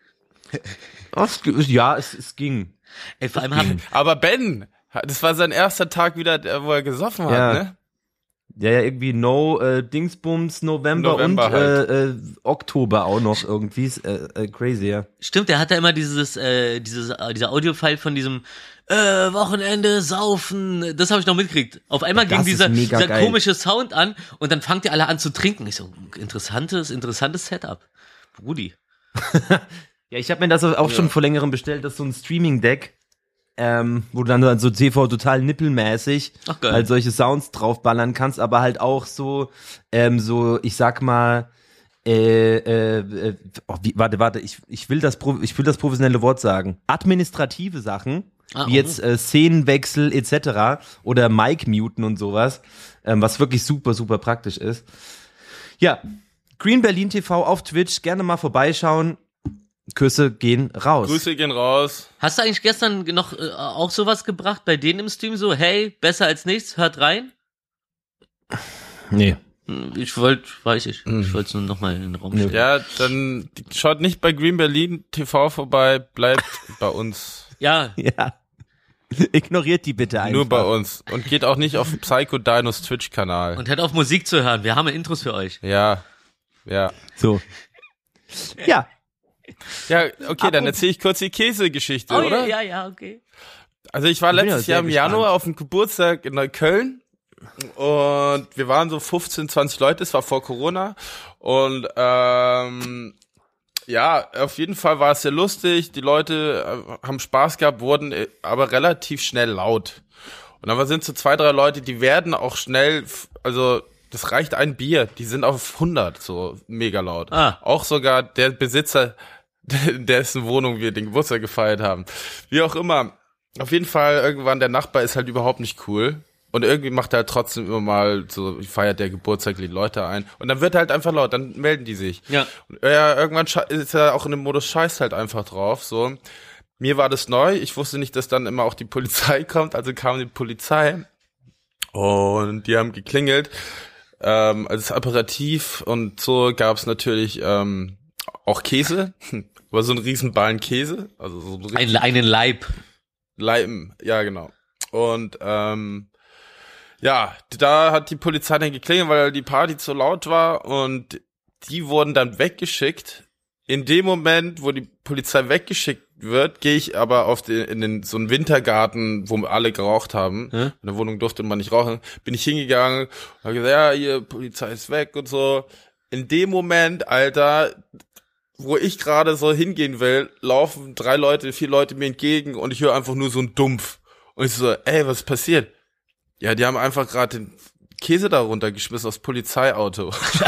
[SPEAKER 3] ach, es ge- ja, es, es ging.
[SPEAKER 1] Ey, vor allem haben,
[SPEAKER 2] Aber Ben, das war sein erster Tag wieder, der- wo er gesoffen hat,
[SPEAKER 3] Ja.
[SPEAKER 2] ne?
[SPEAKER 3] Ja, ja, irgendwie No, äh, Dingsbums, November,
[SPEAKER 2] November
[SPEAKER 3] und
[SPEAKER 2] halt.
[SPEAKER 3] äh, äh, Oktober auch noch irgendwie. Ist, äh, äh, crazy, ja.
[SPEAKER 1] stimmt, der hat ja immer dieses, äh, dieses, äh, dieser Audio-File von diesem, äh, Wochenende, Saufen, das habe ich noch mitgekriegt. Auf einmal
[SPEAKER 3] Das
[SPEAKER 1] ging
[SPEAKER 3] ist
[SPEAKER 1] dieser,
[SPEAKER 3] mega
[SPEAKER 1] dieser
[SPEAKER 3] geil.
[SPEAKER 1] komische Sound an und dann fangt ihr alle an zu trinken. Ich so, interessantes, interessantes Setup. Brudi.
[SPEAKER 3] Ja, ich habe mir das auch schon vor längerem bestellt, das ist so ein Streaming-Deck, ähm, wo du dann so T V total nippelmäßig
[SPEAKER 1] Ach, geil.
[SPEAKER 3] halt solche Sounds draufballern kannst, aber halt auch so, ähm, so, ich sag mal, äh, äh, äh, oh, wie, warte, warte, ich, ich will das, Pro- ich will das professionelle Wort sagen. Administrative Sachen,
[SPEAKER 1] Ah,
[SPEAKER 3] wie
[SPEAKER 1] oh.
[SPEAKER 3] jetzt äh, Szenenwechsel et cetera oder Mic muten und sowas, ähm, was wirklich super, super praktisch ist. Ja, Green Berlin T V auf Twitch, gerne mal vorbeischauen. Küsse gehen raus.
[SPEAKER 2] Grüße gehen raus.
[SPEAKER 1] Hast du eigentlich gestern noch äh, auch sowas gebracht bei denen im Stream? So, hey, besser als nichts, hört rein?
[SPEAKER 3] Nee.
[SPEAKER 1] Hm, Ich wollte, weiß ich, ich wollte es nur nochmal in den Raum stellen.
[SPEAKER 2] Ja, dann schaut nicht bei Green Berlin T V vorbei, bleibt bei uns.
[SPEAKER 1] Ja,
[SPEAKER 3] Ja. Ignoriert die bitte einfach.
[SPEAKER 2] Nur bei uns. Und geht auch nicht auf Psycho Dinos Twitch-Kanal.
[SPEAKER 1] und hört auf Musik zu hören. Wir haben Intros für euch.
[SPEAKER 2] Ja, ja.
[SPEAKER 3] So. Ja.
[SPEAKER 2] Ja, okay, dann erzähle ich kurz die Käsegeschichte,
[SPEAKER 1] Oh,
[SPEAKER 2] oder?
[SPEAKER 1] ja, ja, ja, okay.
[SPEAKER 2] Also ich war
[SPEAKER 3] Ich bin ja
[SPEAKER 2] letztes
[SPEAKER 3] sehr
[SPEAKER 2] Jahr im
[SPEAKER 3] gespannt.
[SPEAKER 2] Januar auf dem Geburtstag in Neukölln und wir waren so fünfzehn, zwanzig Leute, es war vor Corona und ähm, ja, auf jeden Fall war es sehr lustig, die Leute äh, haben Spaß gehabt, wurden äh, aber relativ schnell laut. Und dann sind so zwei, drei Leute, die werden auch schnell, f- also das reicht ein Bier, die sind auf hundert, so mega laut.
[SPEAKER 1] Ah.
[SPEAKER 2] Auch sogar der Besitzer, dessen Wohnung wir den Geburtstag gefeiert haben. Wie auch immer, auf jeden Fall irgendwann, der Nachbar ist halt überhaupt nicht cool. Und irgendwie macht er halt trotzdem immer mal so, feiert der Geburtstag die Leute ein. Und dann wird halt einfach laut, dann melden die sich.
[SPEAKER 1] Ja.
[SPEAKER 2] Und ja, irgendwann ist er auch in dem Modus scheißt halt einfach drauf, so. Mir war das neu, ich wusste nicht, dass dann immer auch die Polizei kommt, also kam die Polizei und die haben geklingelt, ähm, als Apparativ und so gab's natürlich ähm, auch Käse, aber so einen riesen Ballen Käse, also so einen
[SPEAKER 1] Ein, einen Leib.
[SPEAKER 2] Leib, ja genau. Und ähm, ja, da hat die Polizei dann geklingelt, weil die Party zu laut war und die wurden dann weggeschickt. In dem Moment, wo die Polizei weggeschickt wird, gehe ich aber auf den, in den, so einen Wintergarten, wo alle geraucht haben.
[SPEAKER 1] Hm?
[SPEAKER 2] In der Wohnung durfte man nicht rauchen. Bin ich hingegangen, habe gesagt, ja, hier, Polizei ist weg und so. In dem Moment, Alter, wo ich gerade so hingehen will, laufen drei Leute, vier Leute mir entgegen und ich höre einfach nur so ein Dumpf. Und ich so, ey, was ist passiert? Ja, die haben einfach gerade den Käse da runtergeschmissen aufs Polizeiauto.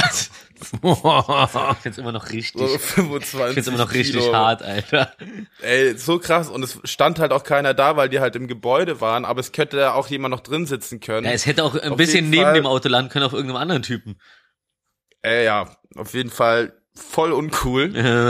[SPEAKER 1] Ich find's immer noch richtig.
[SPEAKER 2] So fünfundzwanzig
[SPEAKER 1] Ich find's immer noch richtig
[SPEAKER 2] Kilo.
[SPEAKER 1] hart, Alter.
[SPEAKER 2] Ey, so krass. Und es stand halt auch keiner da, weil die halt im Gebäude waren. Aber es könnte ja auch jemand noch drin sitzen können.
[SPEAKER 1] Ja, es hätte auch ein
[SPEAKER 2] Auf
[SPEAKER 1] bisschen
[SPEAKER 2] jeden
[SPEAKER 1] neben
[SPEAKER 2] Fall.
[SPEAKER 1] dem Auto landen können auf irgendeinem anderen Typen.
[SPEAKER 2] Ey, ja, auf jeden Fall voll uncool.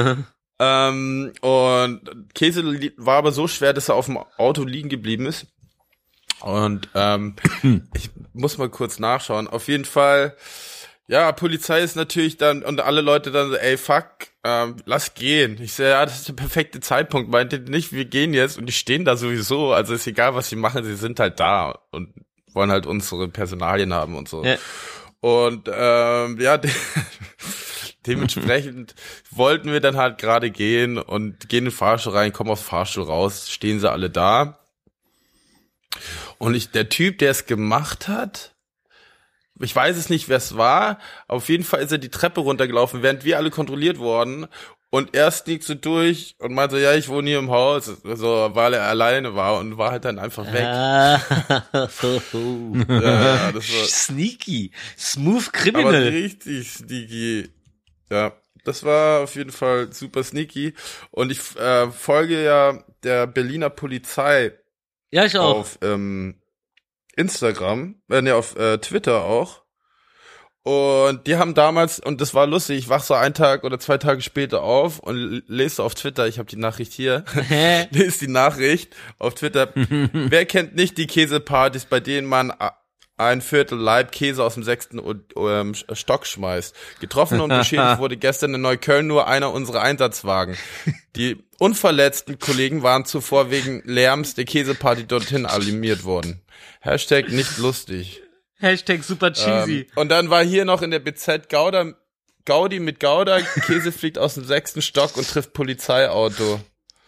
[SPEAKER 2] ähm, und Käse li- war aber so schwer, dass er auf dem Auto liegen geblieben ist. Und ähm, ich muss mal kurz nachschauen. Auf jeden Fall, ja, Polizei ist natürlich dann, und alle Leute dann so, ey, fuck, ähm, lass gehen. Ich so, ja, das ist der perfekte Zeitpunkt. Meinte nicht, wir gehen jetzt. Und die stehen da sowieso. Also ist egal, was sie machen, sie sind halt da und wollen halt unsere Personalien haben und so.
[SPEAKER 1] Ja.
[SPEAKER 2] Und ähm, ja, de- dementsprechend wollten wir dann halt gerade gehen und gehen in den Fahrstuhl rein, kommen aus dem Fahrstuhl raus, stehen sie alle da. Und ich, der Typ, der es gemacht hat, ich weiß es nicht, wer es war, auf jeden Fall ist er die Treppe runtergelaufen, während wir alle kontrolliert wurden. Und er sneakt so durch und meinte so, ja, ich wohne hier im Haus, so, weil er alleine war und war halt dann einfach weg.
[SPEAKER 1] Ah.
[SPEAKER 2] Ja, ja, das war
[SPEAKER 1] Sneaky. Smooth
[SPEAKER 2] aber
[SPEAKER 1] Criminal.
[SPEAKER 2] richtig sneaky. Ja, das war auf jeden Fall super sneaky. Und ich äh, folge ja der Berliner Polizei
[SPEAKER 1] Ja, ich auch.
[SPEAKER 2] auf ähm, Instagram, äh, ne, auf äh, Twitter auch. Und die haben damals, und das war lustig, ich wach so einen Tag oder zwei Tage später auf und l- lese auf Twitter, ich habe die Nachricht hier, lese die Nachricht auf Twitter. Wer kennt nicht die Käsepartys, bei denen man a- ein Viertel Laib Käse aus dem sechsten U- ähm, Stock schmeißt? Getroffen und beschädigt wurde gestern in Neukölln nur einer unserer Einsatzwagen. Die unverletzten Kollegen waren zuvor wegen Lärms der Käseparty dorthin alarmiert worden. Hashtag nicht lustig.
[SPEAKER 1] Hashtag super cheesy.
[SPEAKER 2] Ähm, und dann war hier noch in der B Z Gouda, Gaudi mit Gouda, Käse fliegt aus dem sechsten Stock und trifft Polizeiauto.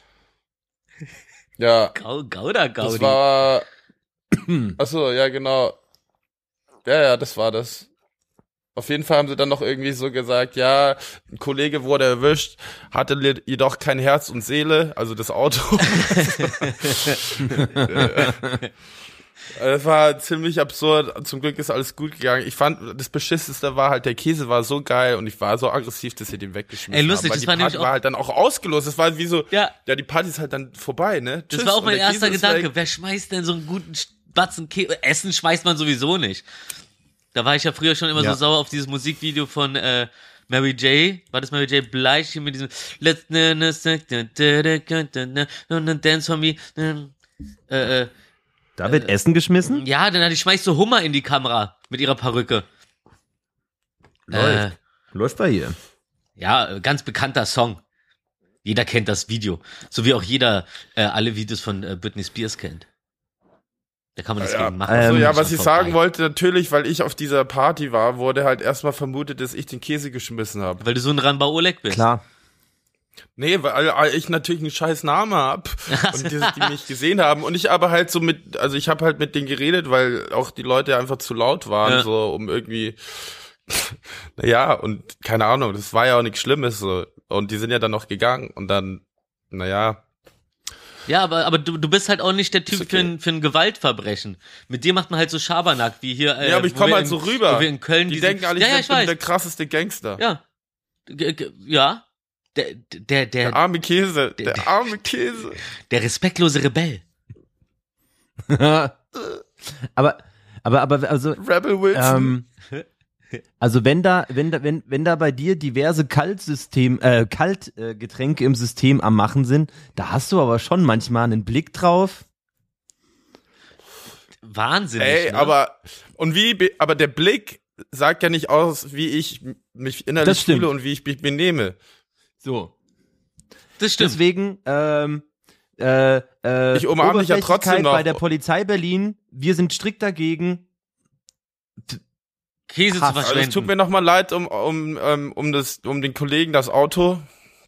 [SPEAKER 2] Ja,
[SPEAKER 1] Gau, Gouda, Gaudi.
[SPEAKER 2] das war, achso, ja genau. Ja, ja, das war das. Auf jeden Fall haben sie dann noch irgendwie so gesagt, ja, ein Kollege wurde erwischt, hatte le- jedoch kein Herz und Seele, also das Auto. Das war ziemlich absurd. Zum Glück ist alles gut gegangen. Ich fand, das Beschissenste war halt, der Käse war so geil und ich war so aggressiv, dass sie den weggeschmissen
[SPEAKER 1] Ey, lustig,
[SPEAKER 2] haben. Weil
[SPEAKER 1] das
[SPEAKER 2] die
[SPEAKER 1] war
[SPEAKER 2] Party
[SPEAKER 1] nämlich auch-
[SPEAKER 2] war halt dann auch ausgelost. Das war wie so,
[SPEAKER 1] Ja.
[SPEAKER 2] ja, die Party ist halt dann vorbei, ne?
[SPEAKER 1] Das
[SPEAKER 2] Tschüss.
[SPEAKER 1] war auch
[SPEAKER 2] Und
[SPEAKER 1] mein
[SPEAKER 2] der
[SPEAKER 1] erster
[SPEAKER 2] Käse ist
[SPEAKER 1] Gedanke.
[SPEAKER 2] weg.
[SPEAKER 1] Wer schmeißt denn so einen guten Batzen Käse? Essen schmeißt man sowieso nicht. Da war ich ja früher schon immer
[SPEAKER 3] Ja.
[SPEAKER 1] so sauer auf dieses Musikvideo von äh, Mary J. War das Mary J. Blige hier mit diesem Let's Dance for Me. Äh, äh,
[SPEAKER 3] Da wird Essen geschmissen?
[SPEAKER 1] ja, dann hat die schmeißt so Hummer in die Kamera mit ihrer Perücke.
[SPEAKER 3] Läuft.
[SPEAKER 1] Äh,
[SPEAKER 3] Läuft bei hier.
[SPEAKER 1] ja, ganz bekannter Song. Jeder kennt das Video. So wie auch jeder äh, alle Videos von äh, Britney Spears kennt. Da kann man das
[SPEAKER 2] Ja.
[SPEAKER 1] gegen machen.
[SPEAKER 3] Ähm,
[SPEAKER 2] So, ja,
[SPEAKER 1] Ist
[SPEAKER 2] was
[SPEAKER 1] schon
[SPEAKER 2] ich
[SPEAKER 1] vorbei.
[SPEAKER 2] sagen wollte, natürlich, weil ich auf dieser Party war, wurde halt erstmal vermutet, dass ich den Käse geschmissen habe.
[SPEAKER 1] Weil du so ein Ramba Oleg bist.
[SPEAKER 3] Klar.
[SPEAKER 2] Nee, weil weil ich natürlich einen scheiß Namen hab und die, die mich gesehen haben und ich aber halt so mit, also ich habe halt mit denen geredet, weil auch die Leute einfach zu laut waren,
[SPEAKER 1] Ja.
[SPEAKER 2] so um irgendwie, naja, und keine Ahnung, das war ja auch nichts Schlimmes so und die sind ja dann noch gegangen und dann, naja,
[SPEAKER 1] Ja, aber, aber du, du bist halt auch nicht der Typ
[SPEAKER 2] Ist okay.
[SPEAKER 1] für, ein, für ein Gewaltverbrechen. Mit dir macht man halt so Schabernack, wie hier. Äh,
[SPEAKER 2] ja, aber ich
[SPEAKER 1] wo
[SPEAKER 2] komme
[SPEAKER 1] wir
[SPEAKER 2] halt
[SPEAKER 1] in,
[SPEAKER 2] so rüber.
[SPEAKER 1] Wo wir in Köln
[SPEAKER 2] die
[SPEAKER 1] diesen-
[SPEAKER 2] denken alle,
[SPEAKER 1] ja,
[SPEAKER 2] ich
[SPEAKER 1] ja,
[SPEAKER 2] bin
[SPEAKER 1] ich weiß.
[SPEAKER 2] der krasseste Gangster.
[SPEAKER 1] Ja. G g ja. Der, der, der,
[SPEAKER 2] Der arme Käse,
[SPEAKER 1] der-
[SPEAKER 2] der arme Käse.
[SPEAKER 1] der respektlose Rebell.
[SPEAKER 3] Aber Aber, aber, also,
[SPEAKER 2] Rebel Wilson.
[SPEAKER 3] ähm, also wenn da, wenn da, wenn, wenn da bei dir diverse Kaltsystem, äh, Kaltgetränke im System am Machen sind, da hast du aber schon manchmal einen Blick drauf.
[SPEAKER 1] Wahnsinnig.
[SPEAKER 2] Ey,
[SPEAKER 1] ne?
[SPEAKER 2] aber, und wie, be- aber der Blick sagt ja nicht aus, wie ich mich
[SPEAKER 3] Das
[SPEAKER 2] innerlich
[SPEAKER 3] stimmt.
[SPEAKER 2] fühle und wie ich mich benehme.
[SPEAKER 3] So.
[SPEAKER 1] Das stimmt.
[SPEAKER 3] Deswegen, ähm, äh, äh,
[SPEAKER 2] Ich umarme dich ja trotzdem
[SPEAKER 3] Oberflächlichkeit
[SPEAKER 2] noch.
[SPEAKER 3] bei der Polizei Berlin, wir sind strikt dagegen.
[SPEAKER 1] Käse
[SPEAKER 3] Hass.
[SPEAKER 1] zu
[SPEAKER 2] Also es
[SPEAKER 1] verschwenden.
[SPEAKER 2] tut mir nochmal leid um, um, um, um, das, um den Kollegen das Auto.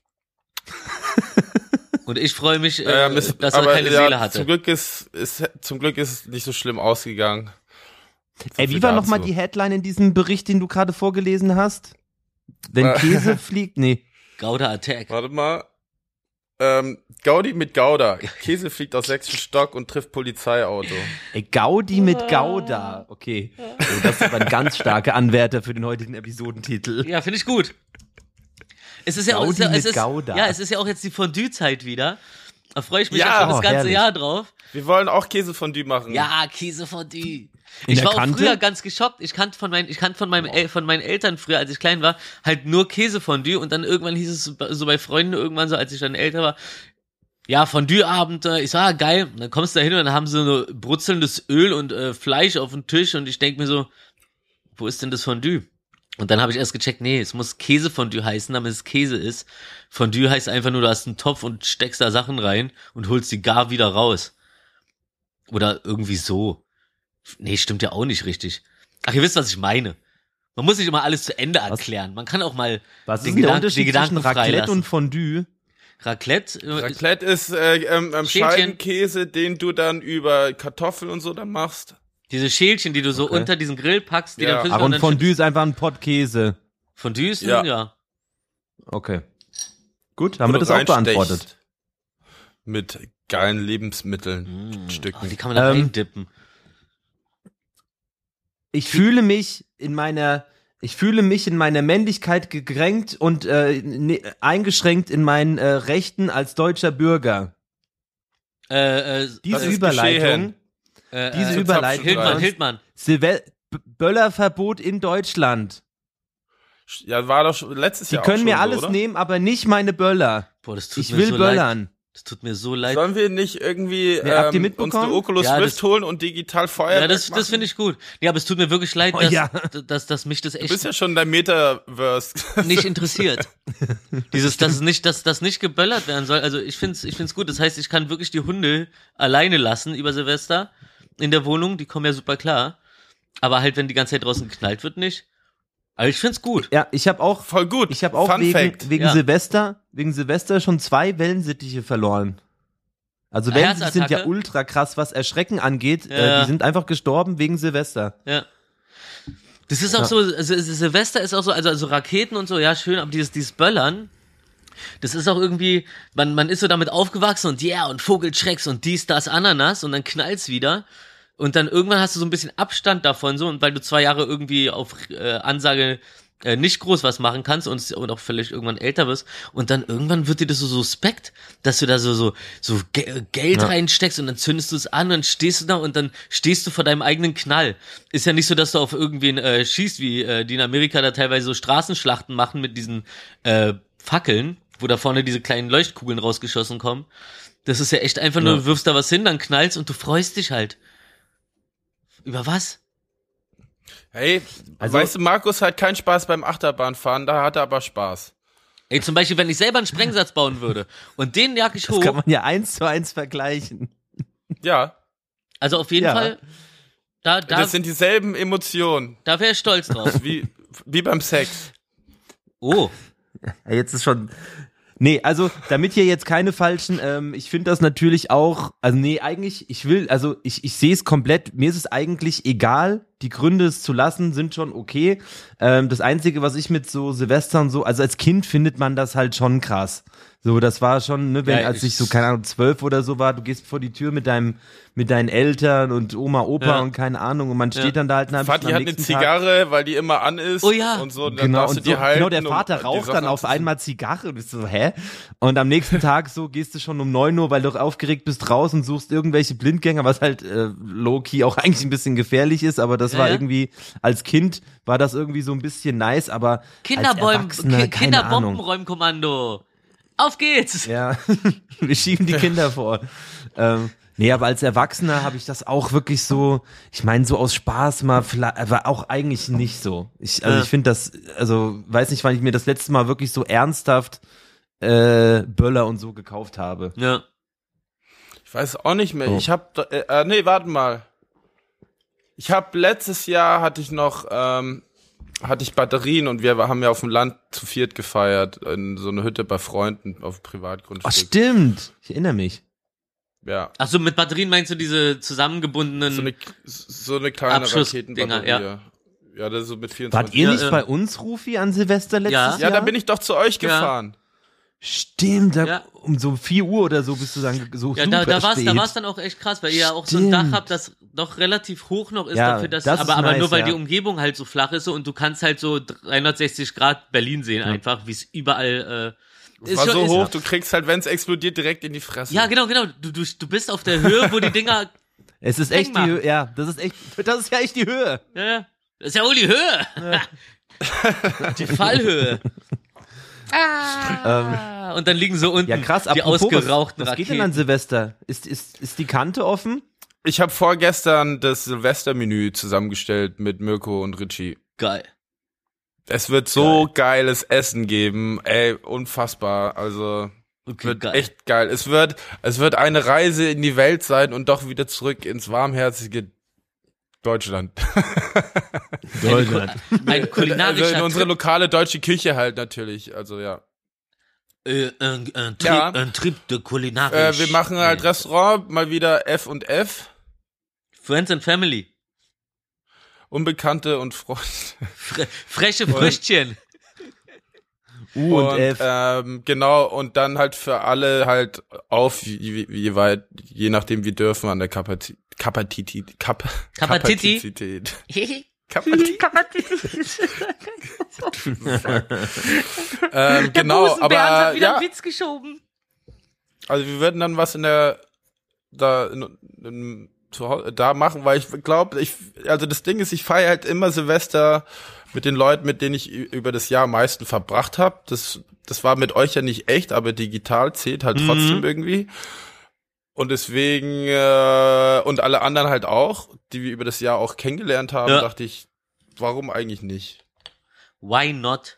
[SPEAKER 1] Und ich freue mich, äh,
[SPEAKER 2] Ähm, es-
[SPEAKER 1] dass er
[SPEAKER 2] aber
[SPEAKER 1] keine
[SPEAKER 2] ja,
[SPEAKER 1] Seele hatte.
[SPEAKER 2] Zum Glück ist, ist, zum Glück ist es nicht so schlimm ausgegangen. So
[SPEAKER 3] Ey,
[SPEAKER 2] viel
[SPEAKER 3] wie war nochmal
[SPEAKER 2] dazu.
[SPEAKER 3] die Headline in diesem Bericht, den du gerade vorgelesen hast? Wenn
[SPEAKER 2] Äh.
[SPEAKER 3] Käse fliegt? Nee.
[SPEAKER 1] Gouda Attack.
[SPEAKER 2] Warte mal. Ähm, Gaudi mit Gouda. Käse fliegt aus sechsten Stock und trifft Polizeiauto.
[SPEAKER 3] Ey, Gaudi mit Gouda. Okay. Oh, das ist aber ein ganz starker Anwärter für den heutigen Episodentitel.
[SPEAKER 1] Ja, finde ich gut. Es ist ja auch, es ist,
[SPEAKER 3] Gaudi
[SPEAKER 1] ja- es
[SPEAKER 3] mit
[SPEAKER 1] ist,
[SPEAKER 3] Gouda.
[SPEAKER 1] ja, es ist ja auch jetzt die Fondue-Zeit wieder. Da freue ich mich
[SPEAKER 2] Ja,
[SPEAKER 1] ja schon das
[SPEAKER 3] oh,
[SPEAKER 1] ganze
[SPEAKER 3] herrlich.
[SPEAKER 1] Jahr drauf.
[SPEAKER 2] Wir wollen auch Käsefondue machen.
[SPEAKER 1] Ja, Käsefondue.
[SPEAKER 3] In
[SPEAKER 1] Ich
[SPEAKER 3] der
[SPEAKER 1] war auch
[SPEAKER 3] Kante?
[SPEAKER 1] früher ganz geschockt. Ich kannte von meinen, ich kannte von meinem, El von meinen Eltern früher, als ich klein war, halt nur Käsefondue und dann irgendwann hieß es so bei- so bei Freunden irgendwann so, als ich dann älter war, ja, Fondue-Abend, äh, ich sag, ah, geil. Und dann kommst du da hin und dann haben sie so brutzelndes Öl und äh, Fleisch auf dem Tisch und ich denk mir so, wo ist denn das Fondue? Und dann habe ich erst gecheckt, nee, es muss Käsefondue heißen, damit es Käse ist. Fondue heißt einfach nur, du hast einen Topf und steckst da Sachen rein und holst die gar wieder raus. Oder irgendwie so. Nee, stimmt ja auch nicht richtig. Ach, ihr wisst, was ich meine. Man muss nicht immer alles zu Ende erklären. Man kann auch mal
[SPEAKER 3] Was
[SPEAKER 1] den
[SPEAKER 3] ist denn der
[SPEAKER 1] Gedanken,
[SPEAKER 3] Unterschied
[SPEAKER 1] die Gedanken
[SPEAKER 3] zwischen Raclette
[SPEAKER 1] freilassen.
[SPEAKER 3] und Fondue?
[SPEAKER 1] Raclette, äh,
[SPEAKER 2] Raclette ist äh, ähm, ähm,
[SPEAKER 1] Schälchen.
[SPEAKER 2] Scheibenkäse, den du dann über Kartoffeln und so dann machst.
[SPEAKER 1] diese Schälchen, die du so
[SPEAKER 3] Okay.
[SPEAKER 1] unter diesen Grill packst, die
[SPEAKER 2] Ja.
[SPEAKER 1] dann flüssig
[SPEAKER 3] Ach, und
[SPEAKER 1] dann
[SPEAKER 3] Fondue ist einfach ein Pott Käse.
[SPEAKER 1] Fondue ist,
[SPEAKER 2] Ja.
[SPEAKER 1] ja. ja.
[SPEAKER 3] Okay. Gut, haben wir
[SPEAKER 2] Wo
[SPEAKER 3] das
[SPEAKER 2] du
[SPEAKER 3] auch
[SPEAKER 2] reinstechst.
[SPEAKER 3] beantwortet.
[SPEAKER 2] Mit geilen Lebensmitteln,
[SPEAKER 1] Mm.
[SPEAKER 2] Stücken.
[SPEAKER 1] Oh, die kann man da
[SPEAKER 3] Ähm,
[SPEAKER 1] reindippen.
[SPEAKER 3] Ich fühle mich in meiner, ich fühle mich in meiner Männlichkeit gekränkt und äh, ne, eingeschränkt in meinen äh, Rechten als deutscher Bürger.
[SPEAKER 1] Äh, äh,
[SPEAKER 3] Diese
[SPEAKER 2] Das ist
[SPEAKER 3] Überleitung,
[SPEAKER 1] äh,
[SPEAKER 3] diese
[SPEAKER 1] äh,
[SPEAKER 3] Überleitung.
[SPEAKER 1] Hildmann,
[SPEAKER 3] sonst-
[SPEAKER 1] Hildmann.
[SPEAKER 3] Silve B- Böllerverbot in Deutschland.
[SPEAKER 2] Ja, war doch schon letztes
[SPEAKER 3] Die
[SPEAKER 2] Jahr auch
[SPEAKER 3] können
[SPEAKER 2] schon
[SPEAKER 3] mir
[SPEAKER 2] so,
[SPEAKER 3] alles
[SPEAKER 2] oder?
[SPEAKER 3] nehmen, aber nicht meine Böller.
[SPEAKER 1] Boah, das tut
[SPEAKER 3] Ich
[SPEAKER 1] mir
[SPEAKER 3] will
[SPEAKER 1] so
[SPEAKER 3] böllern.
[SPEAKER 1] leid. Das tut mir so leid.
[SPEAKER 2] Sollen wir nicht irgendwie
[SPEAKER 3] Nee, habt ihr
[SPEAKER 2] ähm, uns
[SPEAKER 3] mitbekommen?
[SPEAKER 2] eine Oculus
[SPEAKER 1] Ja,
[SPEAKER 2] Rift
[SPEAKER 1] das-
[SPEAKER 2] holen und digital Feuerwerk
[SPEAKER 1] Ja, das,
[SPEAKER 2] machen?
[SPEAKER 1] das finde ich gut. Ja, aber es tut mir wirklich leid,
[SPEAKER 3] Oh,
[SPEAKER 1] dass,
[SPEAKER 3] ja.
[SPEAKER 1] dass, dass, dass mich das
[SPEAKER 2] Du bist
[SPEAKER 1] echt
[SPEAKER 2] ja schon in der Metaverse.
[SPEAKER 1] nicht interessiert. Dieses, dass es nicht, dass das nicht geböllert werden soll. Also ich find's, ich find's gut. Das heißt, ich kann wirklich die Hunde alleine lassen über Silvester in der Wohnung. Die kommen ja super klar. Aber halt, wenn die ganze Zeit draußen geknallt wird, nicht. Aber ich find's gut.
[SPEAKER 3] Ja, ich habe auch,
[SPEAKER 2] Voll gut.
[SPEAKER 3] ich habe auch
[SPEAKER 2] Fun
[SPEAKER 3] wegen,
[SPEAKER 2] Fact.
[SPEAKER 3] wegen
[SPEAKER 1] Ja.
[SPEAKER 3] Silvester, wegen Silvester schon zwei Wellensittiche verloren. Also Wellensittiche sind ja
[SPEAKER 1] Herzattacke?
[SPEAKER 3] ultra krass, was Erschrecken angeht.
[SPEAKER 1] Ja.
[SPEAKER 3] Äh, die sind einfach gestorben wegen Silvester.
[SPEAKER 1] Ja. Das ist auch
[SPEAKER 3] Ja.
[SPEAKER 1] so, also Silvester ist auch so, also, also Raketen und so, ja, schön, aber dieses, dieses Böllern, das ist auch irgendwie, man, man ist so damit aufgewachsen und ja, und Vogelschrecks und dies, das, Ananas und dann knallt's wieder. Und dann irgendwann hast du so ein bisschen Abstand davon, so, und weil du zwei Jahre irgendwie auf äh, Ansage äh, nicht groß was machen kannst und, und auch vielleicht irgendwann älter wirst und dann irgendwann wird dir das so suspekt, dass du da so so so Ge Geld
[SPEAKER 3] Ja.
[SPEAKER 1] reinsteckst und dann zündest du es an und dann stehst du da und dann stehst du vor deinem eigenen Knall. Ist ja nicht so, dass du auf irgendwen äh, schießt, wie äh, die in Amerika da teilweise so Straßenschlachten machen mit diesen äh, Fackeln, wo da vorne diese kleinen Leuchtkugeln rausgeschossen kommen. Das ist ja echt einfach nur,
[SPEAKER 3] Ja.
[SPEAKER 1] du wirfst da was hin, dann knallst und du freust dich halt. Über was?
[SPEAKER 2] Hey,
[SPEAKER 3] Also-
[SPEAKER 2] weißt du, Markus hat keinen Spaß beim Achterbahnfahren, da hat er aber Spaß.
[SPEAKER 1] Ey, zum Beispiel, wenn ich selber einen Sprengsatz bauen würde und den jag ich
[SPEAKER 3] Das
[SPEAKER 1] hoch,
[SPEAKER 3] kann man ja eins zu eins vergleichen.
[SPEAKER 2] Ja,
[SPEAKER 1] also auf jeden
[SPEAKER 3] Ja.
[SPEAKER 1] Fall, da, da,
[SPEAKER 2] das sind dieselben Emotionen,
[SPEAKER 1] da wäre ich stolz drauf.
[SPEAKER 2] wie, wie beim Sex.
[SPEAKER 1] Oh,
[SPEAKER 3] Ja, jetzt ist schon. Nee, also damit hier jetzt keine falschen, ähm, ich finde das natürlich auch, also nee, eigentlich, ich will, also ich, ich sehe es komplett, mir ist es eigentlich egal, die Gründe, es zu lassen, sind schon okay. Ähm, das Einzige, was ich mit so Silvestern so, also als Kind findet man das halt schon krass. So, das war schon, ne, wenn,
[SPEAKER 1] Ja,
[SPEAKER 3] als
[SPEAKER 1] ich-
[SPEAKER 3] ich so, keine Ahnung, zwölf oder so war, du gehst vor die Tür mit deinem, mit deinen Eltern und Oma, Opa
[SPEAKER 1] Ja.
[SPEAKER 3] und keine Ahnung und man steht
[SPEAKER 1] Ja.
[SPEAKER 3] dann da halt am
[SPEAKER 2] Vati hat eine
[SPEAKER 3] nächsten Tag.
[SPEAKER 2] Zigarre, weil die immer an ist.
[SPEAKER 1] Oh ja.
[SPEAKER 2] Und so, und dann
[SPEAKER 3] Genau,
[SPEAKER 2] darfst du
[SPEAKER 3] und
[SPEAKER 2] die
[SPEAKER 3] so,
[SPEAKER 2] halten.
[SPEAKER 3] genau, der
[SPEAKER 2] um
[SPEAKER 3] Vater
[SPEAKER 2] die
[SPEAKER 3] raucht
[SPEAKER 2] Sachen
[SPEAKER 3] dann auf
[SPEAKER 2] anzuziehen.
[SPEAKER 3] einmal Zigarre und bist so, hä? Und am nächsten Tag so gehst du schon um neun Uhr, weil du aufgeregt bist, raus und suchst irgendwelche Blindgänger, was halt äh, low-key auch eigentlich ein bisschen gefährlich ist, aber das
[SPEAKER 1] Ja,
[SPEAKER 3] war
[SPEAKER 1] ja.
[SPEAKER 3] irgendwie, als Kind war das irgendwie so ein bisschen nice, aber
[SPEAKER 1] Kinderbäum,
[SPEAKER 3] als Erwachsener,
[SPEAKER 1] Ki
[SPEAKER 3] keine Ahnung.
[SPEAKER 1] Kinderbombenräumkommando. Auf geht's!
[SPEAKER 3] Ja, wir schieben die Kinder vor. Ähm, nee, aber als Erwachsener habe ich das auch wirklich so, ich meine, so aus Spaß mal, vielleicht, aber auch eigentlich nicht so. Ich, also
[SPEAKER 1] Ja.
[SPEAKER 3] ich finde das, also weiß nicht, wann ich mir das letzte Mal wirklich so ernsthaft äh, Böller und so gekauft habe.
[SPEAKER 1] Ja.
[SPEAKER 2] Ich weiß auch nicht mehr.
[SPEAKER 3] Oh.
[SPEAKER 2] Ich hab, äh, äh, nee, warte mal. Ich hab letztes Jahr hatte ich noch, ähm, hatte ich Batterien und wir haben ja auf dem Land zu viert gefeiert in so einer Hütte bei Freunden auf Privatgrundstück.
[SPEAKER 3] Oh, stimmt. Ich erinnere mich.
[SPEAKER 2] Ja.
[SPEAKER 1] Ach so, mit Batterien meinst du diese zusammengebundenen...
[SPEAKER 2] So eine, so eine kleine
[SPEAKER 1] Abschussdinger,
[SPEAKER 2] Raketenbatterie.
[SPEAKER 1] ja.
[SPEAKER 2] Ja, das ist so mit vierundzwanzig.
[SPEAKER 3] Wart ihr
[SPEAKER 1] Ja,
[SPEAKER 3] nicht
[SPEAKER 1] ähm,
[SPEAKER 3] bei uns, Rufi, an Silvester letztes
[SPEAKER 1] Ja.
[SPEAKER 3] Jahr?
[SPEAKER 2] Ja, da bin ich doch zu euch
[SPEAKER 1] Ja.
[SPEAKER 2] gefahren.
[SPEAKER 3] Stimmt, da,
[SPEAKER 1] Ja.
[SPEAKER 3] um so vier Uhr oder so bist du dann so
[SPEAKER 1] Ja,
[SPEAKER 3] super
[SPEAKER 1] da, da war's, da
[SPEAKER 3] spät.
[SPEAKER 1] war's dann auch echt krass, weil ihr ja auch so ein
[SPEAKER 3] Stimmt.
[SPEAKER 1] Dach habt, das doch relativ hoch noch ist
[SPEAKER 3] Ja,
[SPEAKER 1] dafür, dass,
[SPEAKER 3] das
[SPEAKER 1] aber,
[SPEAKER 3] ist
[SPEAKER 1] aber
[SPEAKER 3] nice,
[SPEAKER 1] nur weil
[SPEAKER 3] ja.
[SPEAKER 1] die Umgebung halt so flach ist so, und du kannst halt so dreihundertsechzig Grad Berlin sehen einfach, wie es überall, äh,
[SPEAKER 2] Es war
[SPEAKER 1] schon-
[SPEAKER 2] so
[SPEAKER 1] ist-
[SPEAKER 2] hoch, du kriegst halt, wenn es explodiert, direkt in die Fresse.
[SPEAKER 1] Ja, genau, genau. Du, du, du bist auf der Höhe, wo die Dinger,
[SPEAKER 3] Es ist echt die
[SPEAKER 1] Häng mal.
[SPEAKER 3] Höhe, ja, das ist echt, das ist ja echt die Höhe.
[SPEAKER 1] ja, ja, das ist ja wohl die Höhe. Die Fallhöhe. Ah, und dann liegen so unten
[SPEAKER 3] Ja, krass,
[SPEAKER 1] die
[SPEAKER 3] apropos,
[SPEAKER 1] ausgerauchten
[SPEAKER 3] was, was geht
[SPEAKER 1] Raketen.
[SPEAKER 3] denn an Silvester? Ist, ist, ist die Kante offen?
[SPEAKER 2] Ich habe vorgestern das Silvestermenü zusammengestellt mit Mirko und Richie.
[SPEAKER 1] Geil.
[SPEAKER 2] Es wird so geiles Essen geben, ey, unfassbar. Also
[SPEAKER 1] Okay,
[SPEAKER 2] wird
[SPEAKER 1] geil.
[SPEAKER 2] echt geil. Es wird, es wird eine Reise in die Welt sein und doch wieder zurück ins warmherzige Deutschland.
[SPEAKER 3] Deutschland.
[SPEAKER 1] Ein
[SPEAKER 2] Also
[SPEAKER 1] kulinarischer
[SPEAKER 2] in unsere
[SPEAKER 1] Trip.
[SPEAKER 2] lokale deutsche Küche halt natürlich. Also ja.
[SPEAKER 1] Äh, ein, ein, Trip,
[SPEAKER 2] Ja.
[SPEAKER 1] ein Trip de kulinarisch.
[SPEAKER 2] Äh, wir machen halt
[SPEAKER 1] Nee.
[SPEAKER 2] Restaurant, mal wieder F und F.
[SPEAKER 1] Friends and Family.
[SPEAKER 2] Unbekannte und Freunde.
[SPEAKER 1] Fre freche Früchtchen.
[SPEAKER 3] U und,
[SPEAKER 2] Und
[SPEAKER 3] F.
[SPEAKER 2] ähm, genau, und dann halt für alle halt auf, wie, wie weit, je nachdem wir dürfen, an der Kapazität. Kapazität. Kap
[SPEAKER 1] Kapaziti?
[SPEAKER 2] Kapazität. Kapazität. ähm, genau, aber ja,
[SPEAKER 1] Witz geschoben.
[SPEAKER 2] also wir würden dann was in der da in, in, zu Hause, da machen, weil ich glaube, ich also das Ding ist, ich feiere halt immer Silvester mit den Leuten, mit denen ich ü- über das Jahr am meisten verbracht habe. Das das war mit euch ja nicht echt, aber digital zählt halt trotzdem irgendwie. Und deswegen äh, und alle anderen halt auch, die wir über das Jahr auch kennengelernt haben,
[SPEAKER 1] Ja.
[SPEAKER 2] dachte ich, warum eigentlich nicht?
[SPEAKER 1] Why not?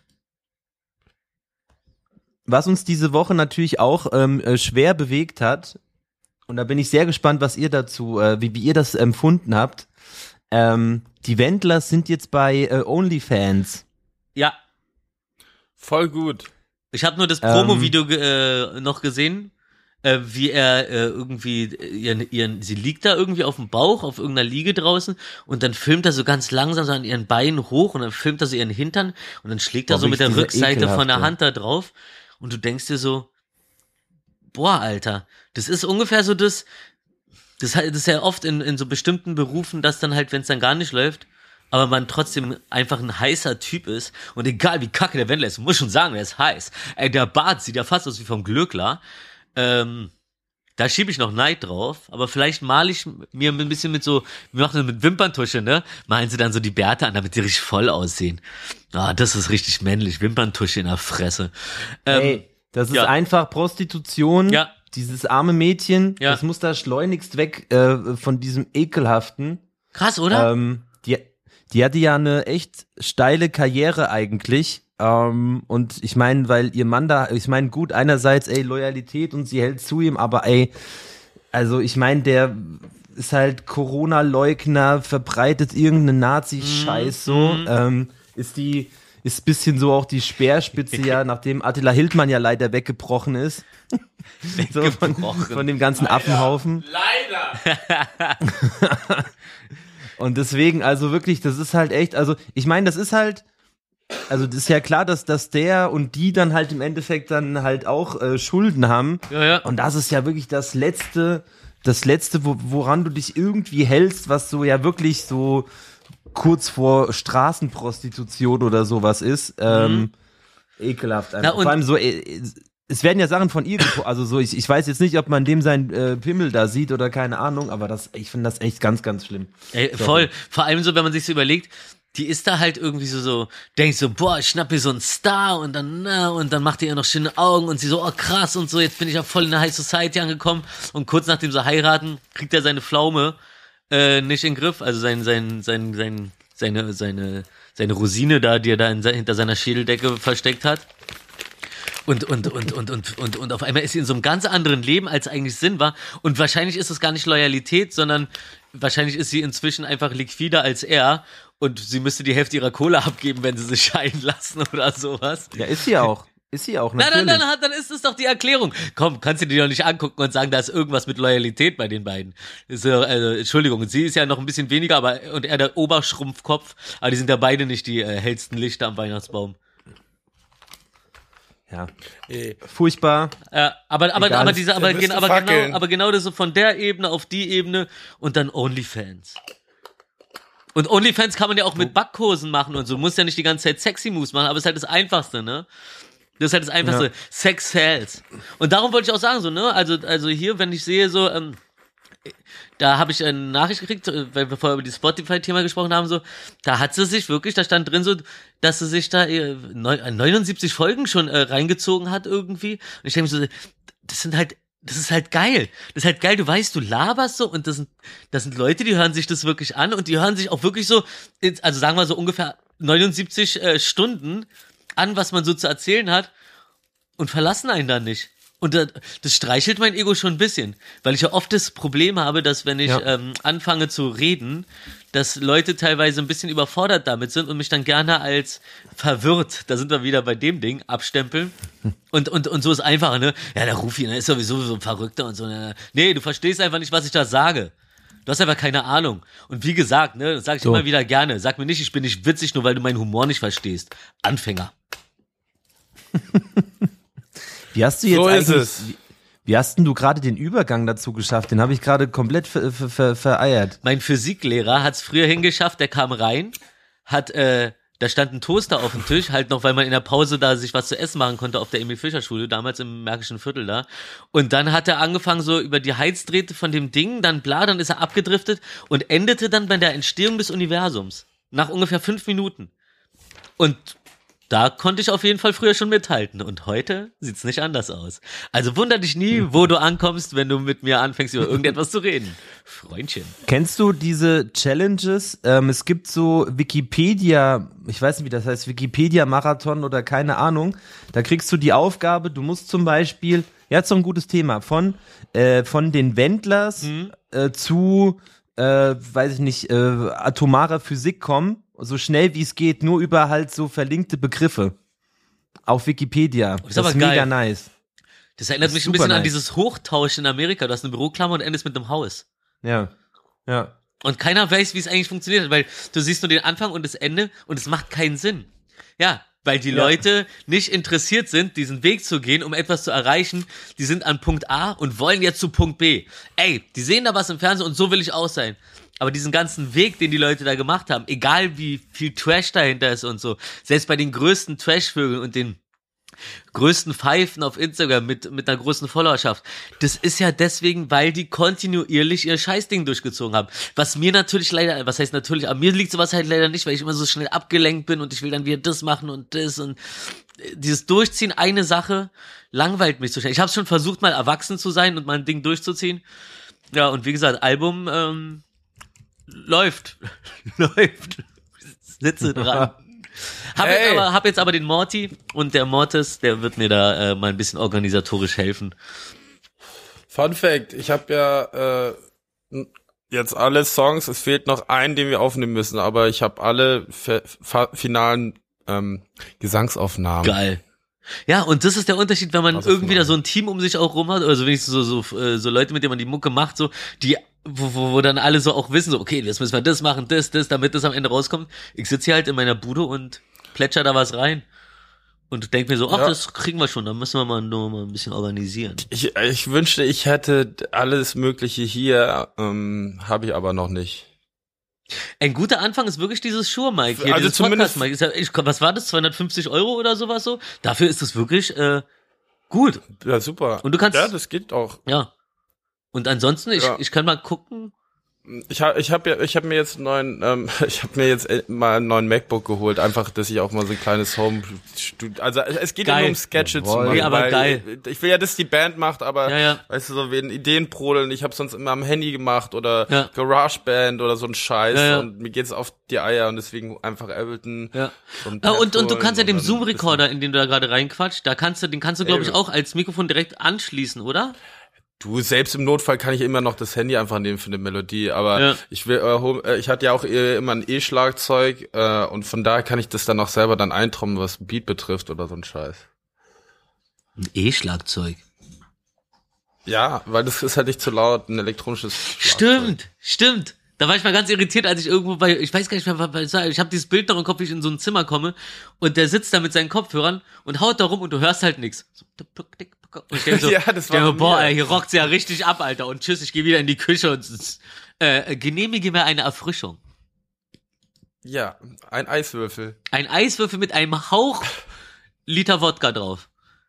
[SPEAKER 3] Was uns diese Woche natürlich auch ähm, äh, schwer bewegt hat, und da bin ich sehr gespannt, was ihr dazu, äh, wie, wie ihr das empfunden habt. Ähm, die Wendlers sind jetzt bei äh, OnlyFans.
[SPEAKER 1] Ja,
[SPEAKER 2] Voll gut.
[SPEAKER 1] ich habe nur das
[SPEAKER 3] Ähm.
[SPEAKER 1] Promo-Video ge äh, noch gesehen, äh, wie er äh, irgendwie, äh, ihren, ihren, sie liegt da irgendwie auf dem Bauch, auf irgendeiner Liege draußen, und dann filmt er so ganz langsam so an ihren Beinen hoch, und dann filmt er so ihren Hintern, und dann schlägt er
[SPEAKER 3] Boah,
[SPEAKER 1] so mit der
[SPEAKER 3] wirklich dieser
[SPEAKER 1] Rückseite von der
[SPEAKER 3] ekelhafte.
[SPEAKER 1] Hand da drauf, und du denkst dir so, boah, Alter, das ist ungefähr so das, das, das ist ja oft in, in so bestimmten Berufen, dass dann halt, wenn es dann gar nicht läuft, aber man trotzdem einfach ein heißer Typ ist, und egal wie kacke der Wendler ist, muss schon sagen, der ist heiß. Ey, der Bart sieht ja fast aus wie vom Glöckler. Ähm, da schiebe ich noch Neid drauf, aber vielleicht male ich mir ein bisschen mit so, wir machen das mit Wimperntusche, ne? Malen sie dann so die Bärte an, damit die richtig voll aussehen. Ah, das ist richtig männlich, Wimperntusche in der Fresse. Ähm,
[SPEAKER 3] Ey, das ist
[SPEAKER 1] ja.
[SPEAKER 3] einfach Prostitution.
[SPEAKER 1] Ja.
[SPEAKER 3] Dieses arme Mädchen,
[SPEAKER 1] Ja.
[SPEAKER 3] das muss da schleunigst weg äh, von diesem ekelhaften.
[SPEAKER 1] krass, oder?
[SPEAKER 3] Ähm, die, die hatte ja eine echt steile Karriere eigentlich. Ähm, und ich meine, weil ihr Mann da, ich meine, gut, einerseits, ey, Loyalität und sie hält zu ihm, aber ey, also ich meine, der ist halt Corona-Leugner, verbreitet irgendeinen Nazi-Scheiß so. Ähm, ist die, ist bisschen so auch die Speerspitze ja, nachdem Attila Hildmann ja leider weggebrochen ist. So von,
[SPEAKER 1] Weggebrochen.
[SPEAKER 3] von dem ganzen Affenhaufen.
[SPEAKER 2] Leider.
[SPEAKER 3] Und deswegen, also wirklich, das ist halt echt, also ich meine, das ist halt, also das ist ja klar, dass, dass der und die dann halt im Endeffekt dann halt auch äh, Schulden haben.
[SPEAKER 1] Ja, ja.
[SPEAKER 3] Und das ist ja wirklich das Letzte, das Letzte, wo, woran du dich irgendwie hältst, was so ja wirklich so kurz vor Straßenprostitution oder sowas ist. Ähm,
[SPEAKER 1] Mhm.
[SPEAKER 3] Ekelhaft
[SPEAKER 1] Na,
[SPEAKER 3] einfach.
[SPEAKER 1] und-
[SPEAKER 3] Vor allem so, äh, es werden ja Sachen von ihr, gepo- also so, ich, ich weiß jetzt nicht, ob man dem sein äh, Pimmel da sieht oder keine Ahnung, aber das, ich finde das echt ganz, ganz schlimm.
[SPEAKER 1] Ey, voll. Vor allem so, wenn man sich so überlegt, die ist da halt irgendwie so, so, denkt so, boah, ich schnapp mir so einen Star und dann, na, und dann macht ihr noch schöne Augen und sie so, oh krass und so, jetzt bin ich ja voll in der High Society angekommen und kurz nachdem sie heiraten, kriegt er seine Pflaume äh, nicht in den Griff, also sein, sein, sein, sein, seine, seine, seine Rosine da, die er da in, hinter seiner Schädeldecke versteckt hat. Und, und, und, und, und, und, und auf einmal ist sie in so einem ganz anderen Leben, als eigentlich Sinn war. Und wahrscheinlich ist es gar nicht Loyalität, sondern wahrscheinlich ist sie inzwischen einfach liquider als er. Und sie müsste die Hälfte ihrer Kohle abgeben, wenn sie sich scheiden lassen oder sowas.
[SPEAKER 3] Ja, ist sie auch. Ist sie auch,
[SPEAKER 1] Na,
[SPEAKER 3] natürlich.
[SPEAKER 1] dann, dann, dann ist es doch die Erklärung. Komm, kannst du dir doch nicht angucken und sagen, da ist irgendwas mit Loyalität bei den beiden. Ist ja, also, Entschuldigung, sie ist ja noch ein bisschen weniger, aber und er der Oberschrumpfkopf, aber die sind ja beide nicht die äh, hellsten Lichter am Weihnachtsbaum.
[SPEAKER 3] Ja.
[SPEAKER 2] Ey.
[SPEAKER 3] Furchtbar.
[SPEAKER 1] Äh, aber aber
[SPEAKER 3] Egal,
[SPEAKER 1] aber diese aber,
[SPEAKER 2] der
[SPEAKER 1] gen,
[SPEAKER 2] müsste
[SPEAKER 1] aber
[SPEAKER 2] fackeln.
[SPEAKER 1] genau aber genau das so von der Ebene auf die Ebene und dann OnlyFans. Und OnlyFans kann man ja auch mit Backhosen machen und so. Du musst ja nicht die ganze Zeit sexy Moves machen, aber es ist halt das Einfachste, ne? Das ist halt das Einfachste.
[SPEAKER 3] Ja.
[SPEAKER 1] Sex sells. Und darum wollte ich auch sagen, so, ne? Also, also hier, wenn ich sehe, so, ähm, da habe ich eine Nachricht gekriegt, weil wir vorher über die Spotify-Thema gesprochen haben, so, da hat sie sich wirklich, da stand drin so, dass sie sich da äh, neunundsiebzig Folgen schon äh, reingezogen hat irgendwie. Und ich denke mir so, das sind halt, das ist halt geil. Das ist halt geil, du weißt, du laberst so und das sind, das sind Leute, die hören sich das wirklich an und die hören sich auch wirklich so, also sagen wir so ungefähr neunundsiebzig äh, Stunden an, was man so zu erzählen hat und verlassen einen dann nicht. Und das, das streichelt mein Ego schon ein bisschen, weil ich ja oft das Problem habe, dass wenn ich
[SPEAKER 3] Ja.
[SPEAKER 1] ähm, anfange zu reden, dass Leute teilweise ein bisschen überfordert damit sind und mich dann gerne als verwirrt, da sind wir wieder bei dem Ding, abstempeln. Und, und, und so ist einfacher, ne? Ja, der Rufi, der ist sowieso so ein Verrückter und so. Ne? Nee, du verstehst einfach nicht, was ich da sage. Du hast einfach keine Ahnung. Und wie gesagt, ne, das sage ich
[SPEAKER 3] So.
[SPEAKER 1] immer wieder gerne. Sag mir nicht, ich bin nicht witzig, nur weil du meinen Humor nicht verstehst. Anfänger.
[SPEAKER 3] Wie hast du jetzt
[SPEAKER 2] So ist
[SPEAKER 3] eigentlich,
[SPEAKER 2] es.
[SPEAKER 3] Wie, wie hast denn du gerade den Übergang dazu geschafft? Den habe ich gerade komplett ver, ver, ver, vereiert.
[SPEAKER 1] Mein Physiklehrer hat's früher hingeschafft, der kam rein, hat, äh, da stand ein Toaster auf dem Tisch, halt noch, weil man in der Pause da sich was zu essen machen konnte auf der Emil-Fischer-Schule, damals im Märkischen Viertel da. Und dann hat er angefangen so über die Heizdrähte von dem Ding, dann bla, dann ist er abgedriftet und endete dann bei der Entstehung des Universums. Nach ungefähr fünf Minuten. Und da konnte ich auf jeden Fall früher schon mithalten. Und heute sieht's nicht anders aus. Also wunder dich nie, wo du ankommst, wenn du mit mir anfängst, über irgendetwas zu reden. Freundchen.
[SPEAKER 3] Kennst du diese Challenges? Ähm, es gibt so Wikipedia, ich weiß nicht, wie das heißt, Wikipedia-Marathon oder keine Ahnung. Da kriegst du die Aufgabe, du musst zum Beispiel, ja, ist so ein gutes Thema, von, äh, von den Wendlers äh, zu, äh, weiß ich nicht, äh, atomarer Physik kommen, so schnell wie es geht, nur über halt so verlinkte Begriffe auf Wikipedia. Das
[SPEAKER 1] ist aber
[SPEAKER 3] ist mega
[SPEAKER 1] geil.
[SPEAKER 3] nice.
[SPEAKER 1] Das erinnert
[SPEAKER 3] Das
[SPEAKER 1] mich
[SPEAKER 3] ist
[SPEAKER 1] ein bisschen
[SPEAKER 3] super
[SPEAKER 1] an
[SPEAKER 3] nice.
[SPEAKER 1] dieses Hochtausch in Amerika. Du hast eine Büroklammer und endest mit einem Haus.
[SPEAKER 3] Ja, ja.
[SPEAKER 1] Und keiner weiß, wie es eigentlich funktioniert, weil du siehst nur den Anfang und das Ende und es macht keinen Sinn. Ja, weil die
[SPEAKER 3] Ja.
[SPEAKER 1] Leute nicht interessiert sind, diesen Weg zu gehen, um etwas zu erreichen. Die sind an Punkt A und wollen jetzt zu Punkt B. Ey, die sehen da was im Fernsehen und so will ich auch sein. Aber diesen ganzen Weg, den die Leute da gemacht haben, egal wie viel Trash dahinter ist und so, selbst bei den größten Trashvögeln und den größten Pfeifen auf Instagram mit, mit einer größten Followerschaft. Das ist ja deswegen, weil die kontinuierlich ihr Scheißding durchgezogen haben. Was mir natürlich leider, was heißt natürlich, aber mir liegt sowas halt leider nicht, weil ich immer so schnell abgelenkt bin und ich will dann wieder das machen und das und dieses Durchziehen, eine Sache, langweilt mich so schnell. Ich habe schon versucht, mal erwachsen zu sein und mein Ding durchzuziehen. Ja, und wie gesagt, Album ähm, läuft. läuft. Sitze dran. Hab jetzt,
[SPEAKER 2] Hey.
[SPEAKER 1] aber, hab jetzt aber den Morty und der Mortis, der wird mir da äh, mal ein bisschen organisatorisch helfen.
[SPEAKER 2] Fun Fact, ich habe ja äh, n- jetzt alle Songs, es fehlt noch einen, den wir aufnehmen müssen, aber ich habe alle fe- fa- finalen ähm, Gesangsaufnahmen.
[SPEAKER 1] Geil. Ja, und das ist der Unterschied, wenn man
[SPEAKER 2] Also
[SPEAKER 1] irgendwie da
[SPEAKER 2] von-
[SPEAKER 1] so ein Team um sich auch rum hat, oder so wenigstens so, so, äh, so Leute, mit denen man die Mucke macht, so, die wo, wo, wo dann alle so auch wissen, so, okay, jetzt müssen wir das machen, das, das, damit das am Ende rauskommt. Ich sitze hier halt in meiner Bude und plätscher da was rein. Und denk mir so, ach,
[SPEAKER 2] Ja.
[SPEAKER 1] das kriegen wir schon, da müssen wir mal nur mal ein bisschen organisieren.
[SPEAKER 2] Ich, ich wünschte, ich hätte alles Mögliche hier, ähm, habe ich aber noch nicht.
[SPEAKER 1] Ein guter Anfang ist wirklich dieses Shure-Mic hier,
[SPEAKER 2] Also
[SPEAKER 1] dieses
[SPEAKER 2] zumindest-
[SPEAKER 1] Podcast-Mic. Ist ja, ich, was war das, zweihundertfünfzig Euro oder sowas so? Dafür ist es wirklich äh, gut,
[SPEAKER 2] Ja, super.
[SPEAKER 1] Und du kannst-
[SPEAKER 2] Ja, das geht auch.
[SPEAKER 1] ja. Und ansonsten, ich,
[SPEAKER 2] Ja.
[SPEAKER 1] ich kann mal gucken.
[SPEAKER 2] Ich habe ich hab ja, ich habe mir jetzt einen neuen, ähm, ich habe mir jetzt äh, mal einen neuen MacBook geholt, einfach, dass ich auch mal so ein kleines Home, also es geht ja
[SPEAKER 1] Geil.
[SPEAKER 2] nur um Sketche
[SPEAKER 3] Jawohl.
[SPEAKER 2] zu machen,
[SPEAKER 1] Nee, aber
[SPEAKER 2] weil
[SPEAKER 1] geil.
[SPEAKER 2] ich will ja, dass die Band macht, aber
[SPEAKER 1] Ja, ja.
[SPEAKER 2] weißt du, so wegen Ideen brodeln, ich habe sonst immer am Handy gemacht oder
[SPEAKER 1] Ja.
[SPEAKER 2] GarageBand oder so ein Scheiß
[SPEAKER 1] Ja, ja.
[SPEAKER 2] und mir geht's auf die Eier und deswegen einfach Ableton.
[SPEAKER 1] Ja.
[SPEAKER 2] so ein
[SPEAKER 1] Ah,
[SPEAKER 2] Pad
[SPEAKER 1] und, und du
[SPEAKER 2] holen
[SPEAKER 1] kannst ja dem
[SPEAKER 2] dann ein
[SPEAKER 1] Zoom-Recorder, in den du da gerade reinquatscht, da kannst du, den kannst du, glaube ich,
[SPEAKER 2] Eben.
[SPEAKER 1] auch als Mikrofon direkt anschließen, oder?
[SPEAKER 2] Du, selbst im Notfall kann ich immer noch das Handy einfach nehmen für eine Melodie, aber
[SPEAKER 1] Ja.
[SPEAKER 2] ich will, äh, home- äh, ich hatte ja auch äh, immer ein E-Schlagzeug äh, und von daher kann ich das dann auch selber dann eintrommen, was Beat betrifft oder so ein Scheiß.
[SPEAKER 1] Ein E-Schlagzeug.
[SPEAKER 2] Ja, weil das ist halt nicht zu laut, ein elektronisches Schlagzeug.
[SPEAKER 1] Stimmt, stimmt. Da war ich mal ganz irritiert, als ich irgendwo bei, ich weiß gar nicht mehr, was war, ich habe dieses Bild noch im Kopf, wie ich in so ein Zimmer komme und der sitzt da mit seinen Kopfhörern und haut da rum und du hörst halt nichts. So, und ich denk so,
[SPEAKER 2] Ja, das war
[SPEAKER 1] denk so,
[SPEAKER 2] bei
[SPEAKER 1] boah,
[SPEAKER 2] mir.
[SPEAKER 1] ey, hier rockt's ja richtig ab, Alter. Und tschüss, ich gehe wieder in die Küche und äh, genehmige mir eine Erfrischung.
[SPEAKER 2] Ja, ein Eiswürfel.
[SPEAKER 1] Ein Eiswürfel mit einem Hauch Liter Wodka drauf.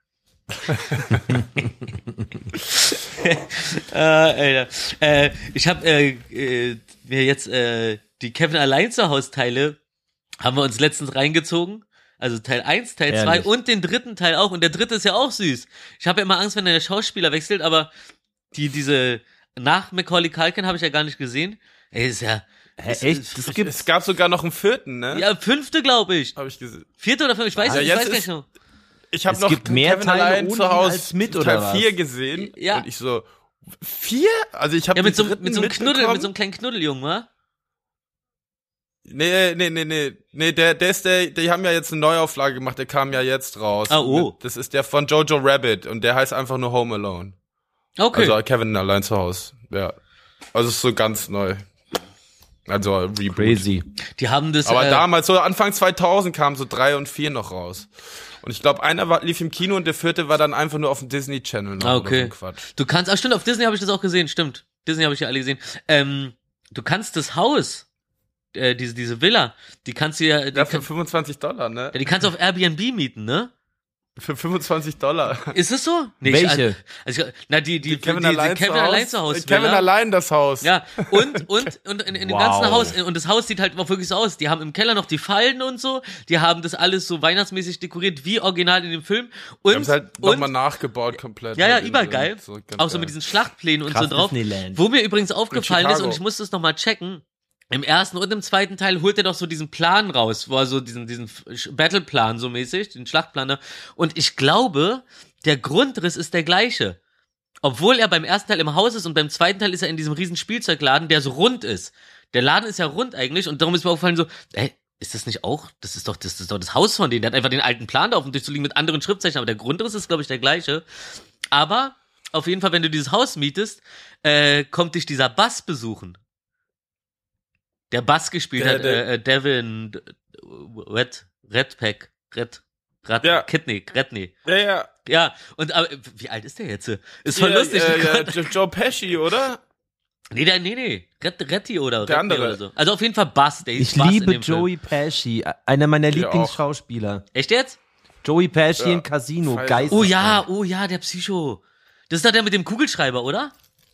[SPEAKER 1] äh, Alter. Äh, ich habe äh, äh, mir jetzt äh, die Kevin allein zu Haus Teile haben wir uns letztens reingezogen. Also Teil eins, Teil zwei
[SPEAKER 3] Ehrlich?
[SPEAKER 1] und den dritten Teil auch. Und der dritte ist ja auch süß. Ich habe ja immer Angst, wenn der Schauspieler wechselt, aber die diese nach Macaulay Culkin habe ich ja gar nicht gesehen. Ey, ist ja
[SPEAKER 3] Hä,
[SPEAKER 1] ist-
[SPEAKER 3] echt?
[SPEAKER 1] ist-
[SPEAKER 3] Das
[SPEAKER 2] Es
[SPEAKER 3] gibt's?
[SPEAKER 2] gab sogar noch einen vierten, ne?
[SPEAKER 1] ja fünfte, glaube ich.
[SPEAKER 2] Habe ich gesehen.
[SPEAKER 1] Vierte oder fünfte, ich weiß
[SPEAKER 2] Ja,
[SPEAKER 1] nicht, ich
[SPEAKER 2] jetzt
[SPEAKER 1] weiß gar
[SPEAKER 2] ist-
[SPEAKER 1] nicht noch.
[SPEAKER 2] Ich habe
[SPEAKER 3] Es
[SPEAKER 2] noch
[SPEAKER 3] gibt mehr
[SPEAKER 2] Kevin
[SPEAKER 3] Teile
[SPEAKER 2] allein
[SPEAKER 3] ohne
[SPEAKER 2] zu
[SPEAKER 3] ihn
[SPEAKER 2] Hause
[SPEAKER 3] als mit,
[SPEAKER 2] Teil
[SPEAKER 3] oder was?
[SPEAKER 2] vier gesehen
[SPEAKER 1] Ja.
[SPEAKER 2] und ich so vier? Also ich habe
[SPEAKER 1] Ja, mit so,
[SPEAKER 2] dritten
[SPEAKER 1] mit so einem Knuddel,
[SPEAKER 2] mitbekommen.
[SPEAKER 1] mit so einem kleinen Knuddeljungen, wa?
[SPEAKER 2] Nee, nee, nee, nee. Nee, der, der ist der, die haben ja jetzt eine Neuauflage gemacht, der kam ja jetzt raus.
[SPEAKER 1] Ah, oh.
[SPEAKER 2] Das ist der von Jojo Rabbit und der heißt einfach nur Home Alone.
[SPEAKER 1] Okay.
[SPEAKER 2] Also Kevin allein zu Hause. Ja. Also ist so ganz neu. Also Reboot.
[SPEAKER 3] Crazy.
[SPEAKER 1] Die haben das,
[SPEAKER 2] Aber
[SPEAKER 1] äh,
[SPEAKER 2] damals, so Anfang zweitausend kamen so drei und vier noch raus. Und ich glaube, einer war, lief im Kino und der vierte war dann einfach nur auf dem Disney Channel noch.
[SPEAKER 1] Ah,
[SPEAKER 2] oder so
[SPEAKER 1] okay.
[SPEAKER 2] ein Quatsch.
[SPEAKER 1] Du kannst, ach stimmt, auf Disney habe ich das auch gesehen, stimmt. Disney habe ich ja alle gesehen. Ähm, du kannst das Haus, äh, diese, diese Villa, die kannst du ja, die,
[SPEAKER 2] Ja, für
[SPEAKER 1] kann,
[SPEAKER 2] fünfundzwanzig Dollar, ne?
[SPEAKER 1] ja, die kannst du auf Airbnb mieten, ne?
[SPEAKER 2] Für fünfundzwanzig Dollar.
[SPEAKER 1] Ist es so? Nee,
[SPEAKER 3] Welche?
[SPEAKER 1] Ich, also, ich, na, die, die,
[SPEAKER 2] Kevin
[SPEAKER 1] die, die,
[SPEAKER 2] allein,
[SPEAKER 1] Kevin
[SPEAKER 2] zu,
[SPEAKER 1] allein
[SPEAKER 2] Haus,
[SPEAKER 1] zu Hause.
[SPEAKER 2] Kevin
[SPEAKER 1] Villa.
[SPEAKER 2] allein das Haus.
[SPEAKER 1] Ja, und, und, und in, in dem
[SPEAKER 3] Wow.
[SPEAKER 1] ganzen Haus, und das Haus sieht halt auch wirklich so aus. Die haben im Keller noch die Fallen und so, die haben das alles so weihnachtsmäßig dekoriert, wie original in dem Film. Und,
[SPEAKER 2] Wir haben es halt
[SPEAKER 1] und
[SPEAKER 2] nochmal nachgebaut komplett.
[SPEAKER 1] ja, ja,
[SPEAKER 2] halt
[SPEAKER 1] übergeil.
[SPEAKER 2] so, ganz
[SPEAKER 1] Auch so
[SPEAKER 2] geil.
[SPEAKER 1] mit diesen Schlachtplänen und
[SPEAKER 3] Krass,
[SPEAKER 1] so drauf.
[SPEAKER 3] Disneyland.
[SPEAKER 1] Wo mir übrigens aufgefallen ist,
[SPEAKER 2] Chicago.
[SPEAKER 1] und ich musste es nochmal checken, im ersten und im zweiten Teil holt er doch so diesen Plan raus, wo er so diesen, diesen Battleplan so mäßig, den Schlachtplan da. Und ich glaube, der Grundriss ist der gleiche. Obwohl er beim ersten Teil im Haus ist und beim zweiten Teil ist er in diesem riesen Spielzeugladen, der so rund ist. Der Laden ist ja rund eigentlich und darum ist mir aufgefallen so, ey, ist das nicht auch, das ist doch das, das ist doch das Haus von denen. Der hat einfach den alten Plan da auf dem Tisch zu liegen mit anderen Schriftzeichen, aber der Grundriss ist, glaube ich, der gleiche. Aber auf jeden Fall, wenn du dieses Haus mietest, äh, kommt dich dieser Bass besuchen. Der Bass gespielt
[SPEAKER 2] Der-
[SPEAKER 1] hat,
[SPEAKER 2] der-
[SPEAKER 1] äh, äh, Devin Red, Redpack, Red, Red,
[SPEAKER 2] Ja.
[SPEAKER 1] Kidney, Redney.
[SPEAKER 2] Ja, ja.
[SPEAKER 1] Ja, und aber, wie alt ist der jetzt? Ist voll
[SPEAKER 2] ja,
[SPEAKER 1] lustig.
[SPEAKER 2] Äh,
[SPEAKER 1] oh
[SPEAKER 2] ja,
[SPEAKER 1] Gott.
[SPEAKER 2] Jo- Joe Pesci, oder?
[SPEAKER 1] Nee, der, nee, nee. Ret, Retti oder
[SPEAKER 2] Der
[SPEAKER 1] Redney
[SPEAKER 2] andere.
[SPEAKER 1] oder so. Also auf jeden Fall Bass. Der hieß
[SPEAKER 3] Ich
[SPEAKER 1] Bass in
[SPEAKER 3] liebe
[SPEAKER 1] dem Film.
[SPEAKER 3] Joey Pesci, einer meiner
[SPEAKER 2] Ja,
[SPEAKER 3] Lieblingsschauspieler.
[SPEAKER 1] Echt jetzt?
[SPEAKER 3] Joey Pesci
[SPEAKER 2] Ja.
[SPEAKER 3] in Casino,
[SPEAKER 2] Feier.
[SPEAKER 3] Geist.
[SPEAKER 1] Oh ja, oh ja, der Psycho. Das ist doch der mit dem Kugelschreiber, oder?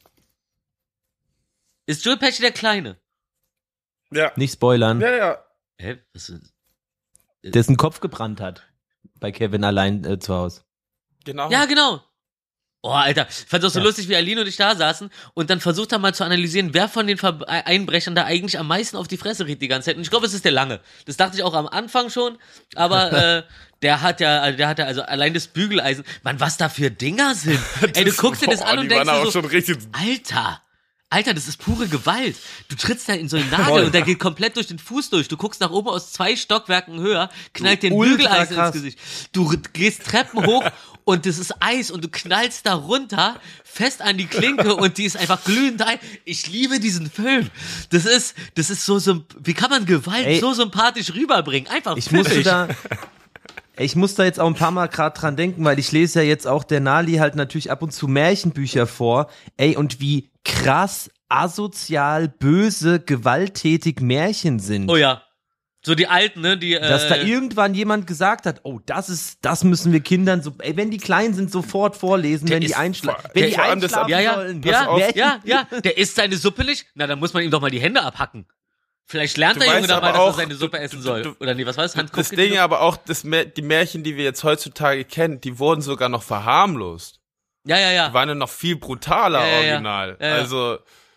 [SPEAKER 1] Ist Joel Pesci der Kleine?
[SPEAKER 2] Ja.
[SPEAKER 3] Nicht spoilern,
[SPEAKER 2] Ja, ja.
[SPEAKER 1] Hä? Was ist?
[SPEAKER 3] dessen Kopf gebrannt hat. Bei Kevin allein äh, zu Hause.
[SPEAKER 2] Genau.
[SPEAKER 1] Ja, genau. Oh, Alter, ich fand's auch so
[SPEAKER 3] Ja.
[SPEAKER 1] lustig, wie Aline und ich da saßen und dann versucht haben mal zu analysieren, wer von den Ver Einbrechern da eigentlich am meisten auf die Fresse kriegt die ganze Zeit. Und ich glaube, es ist der Lange. Das dachte ich auch am Anfang schon, aber äh, der hat ja, also der hat ja, also allein das Bügeleisen, Mann, was da für Dinger sind. Ey, du guckst dir das
[SPEAKER 2] Boah,
[SPEAKER 1] an und
[SPEAKER 2] die
[SPEAKER 1] denkst
[SPEAKER 2] waren
[SPEAKER 1] dir
[SPEAKER 2] auch
[SPEAKER 1] so,
[SPEAKER 2] schon richtig.
[SPEAKER 1] Alter, Alter, das ist pure Gewalt. Du trittst da in so einen Nagel
[SPEAKER 3] Voll.
[SPEAKER 1] und der geht komplett durch den Fuß durch. Du guckst nach oben aus zwei Stockwerken höher, knallt den
[SPEAKER 3] ultra
[SPEAKER 1] Bügeleisen ins
[SPEAKER 3] krass.
[SPEAKER 1] Gesicht. Du r- gehst Treppen hoch und das ist Eis und du knallst da runter, fest an die Klinke und die ist einfach glühend heiß. Ich liebe diesen Film. Das ist, das ist so, so wie kann man Gewalt Ey, so sympathisch rüberbringen? Einfach
[SPEAKER 3] ich musste da, ich muss da jetzt auch ein paar Mal gerade dran denken, weil ich lese ja jetzt auch der Nali halt natürlich ab und zu Märchenbücher vor. Ey, und wie krass asozial, böse, gewalttätig Märchen sind.
[SPEAKER 1] Oh ja. So die alten, ne? Die,
[SPEAKER 3] Dass
[SPEAKER 1] äh,
[SPEAKER 3] da irgendwann jemand gesagt hat, oh, das ist, das müssen wir Kindern so, ey, wenn die klein sind, sofort vorlesen, wenn die einschlafen, wenn die einschlafen
[SPEAKER 1] ja, ja,
[SPEAKER 3] sollen.
[SPEAKER 1] Ja, ja, ja, ja, der isst seine Suppe nicht, na, dann muss man ihm doch mal die Hände abhacken. Vielleicht lernt
[SPEAKER 2] du
[SPEAKER 1] der Junge dabei, dass
[SPEAKER 2] auch,
[SPEAKER 1] er seine Suppe
[SPEAKER 2] du,
[SPEAKER 1] essen
[SPEAKER 2] du,
[SPEAKER 1] soll.
[SPEAKER 2] Du,
[SPEAKER 1] Oder nee, was war das? Hand
[SPEAKER 2] das Ding aber auch, das, die Märchen, die wir jetzt heutzutage kennen, die wurden sogar noch verharmlost.
[SPEAKER 1] Ja, ja, ja.
[SPEAKER 2] Die waren ja noch viel brutaler,
[SPEAKER 1] ja, ja,
[SPEAKER 2] original.
[SPEAKER 1] Ja, ja.
[SPEAKER 2] Also...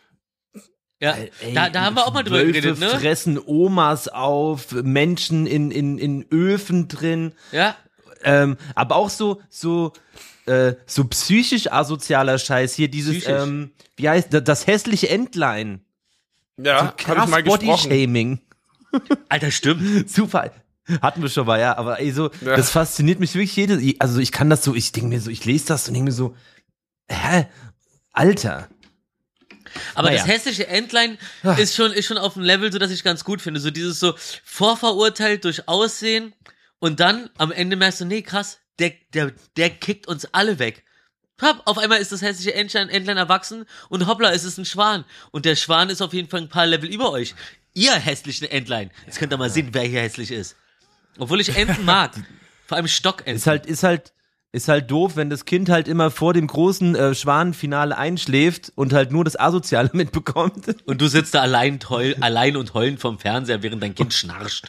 [SPEAKER 1] Ja,
[SPEAKER 3] Ey,
[SPEAKER 1] da, da haben wir auch mal drüber
[SPEAKER 3] Wölfe
[SPEAKER 1] geredet, ne?
[SPEAKER 3] fressen Omas auf, Menschen in, in, in Öfen drin.
[SPEAKER 1] Ja.
[SPEAKER 3] Ähm, aber auch so, so, äh, so psychisch asozialer Scheiß hier, dieses,
[SPEAKER 1] Psychisch.
[SPEAKER 3] ähm, wie heißt das, das hässliche Entlein.
[SPEAKER 2] Ja,
[SPEAKER 3] so
[SPEAKER 2] hab ich
[SPEAKER 3] krass
[SPEAKER 2] mal gesprochen.
[SPEAKER 3] Body-Shaming.
[SPEAKER 1] Alter, stimmt.
[SPEAKER 3] Super. Hatten wir schon mal, ja, aber ey, so,
[SPEAKER 2] Ja.
[SPEAKER 3] das fasziniert mich wirklich jedes, also ich kann das so, ich denke mir so, ich lese das und denke mir so, hä? Alter.
[SPEAKER 1] Aber
[SPEAKER 3] Naja.
[SPEAKER 1] das hässliche Entlein ist schon, ist schon auf einem Level, so dass ich ganz gut finde. So dieses so vorverurteilt durch Aussehen und dann am Ende merkst du, nee, krass, der, der, der kickt uns alle weg. Hopp, auf einmal ist das hässliche Entlein, Entlein erwachsen und hoppla, ist es ein Schwan. Und der Schwan ist auf jeden Fall ein paar Level über euch. Ihr hässlichen Entlein. Jetzt könnt ihr mal sehen, wer hier hässlich ist. Obwohl ich Enten mag. Vor allem Stockenten.
[SPEAKER 3] Ist halt, ist halt, ist halt doof, wenn das Kind halt immer vor dem großen äh, Schwanenfinale einschläft und halt nur das Asoziale mitbekommt.
[SPEAKER 1] Und du sitzt da allein, heul, allein und heulend vorm Fernseher, während dein Kind schnarcht.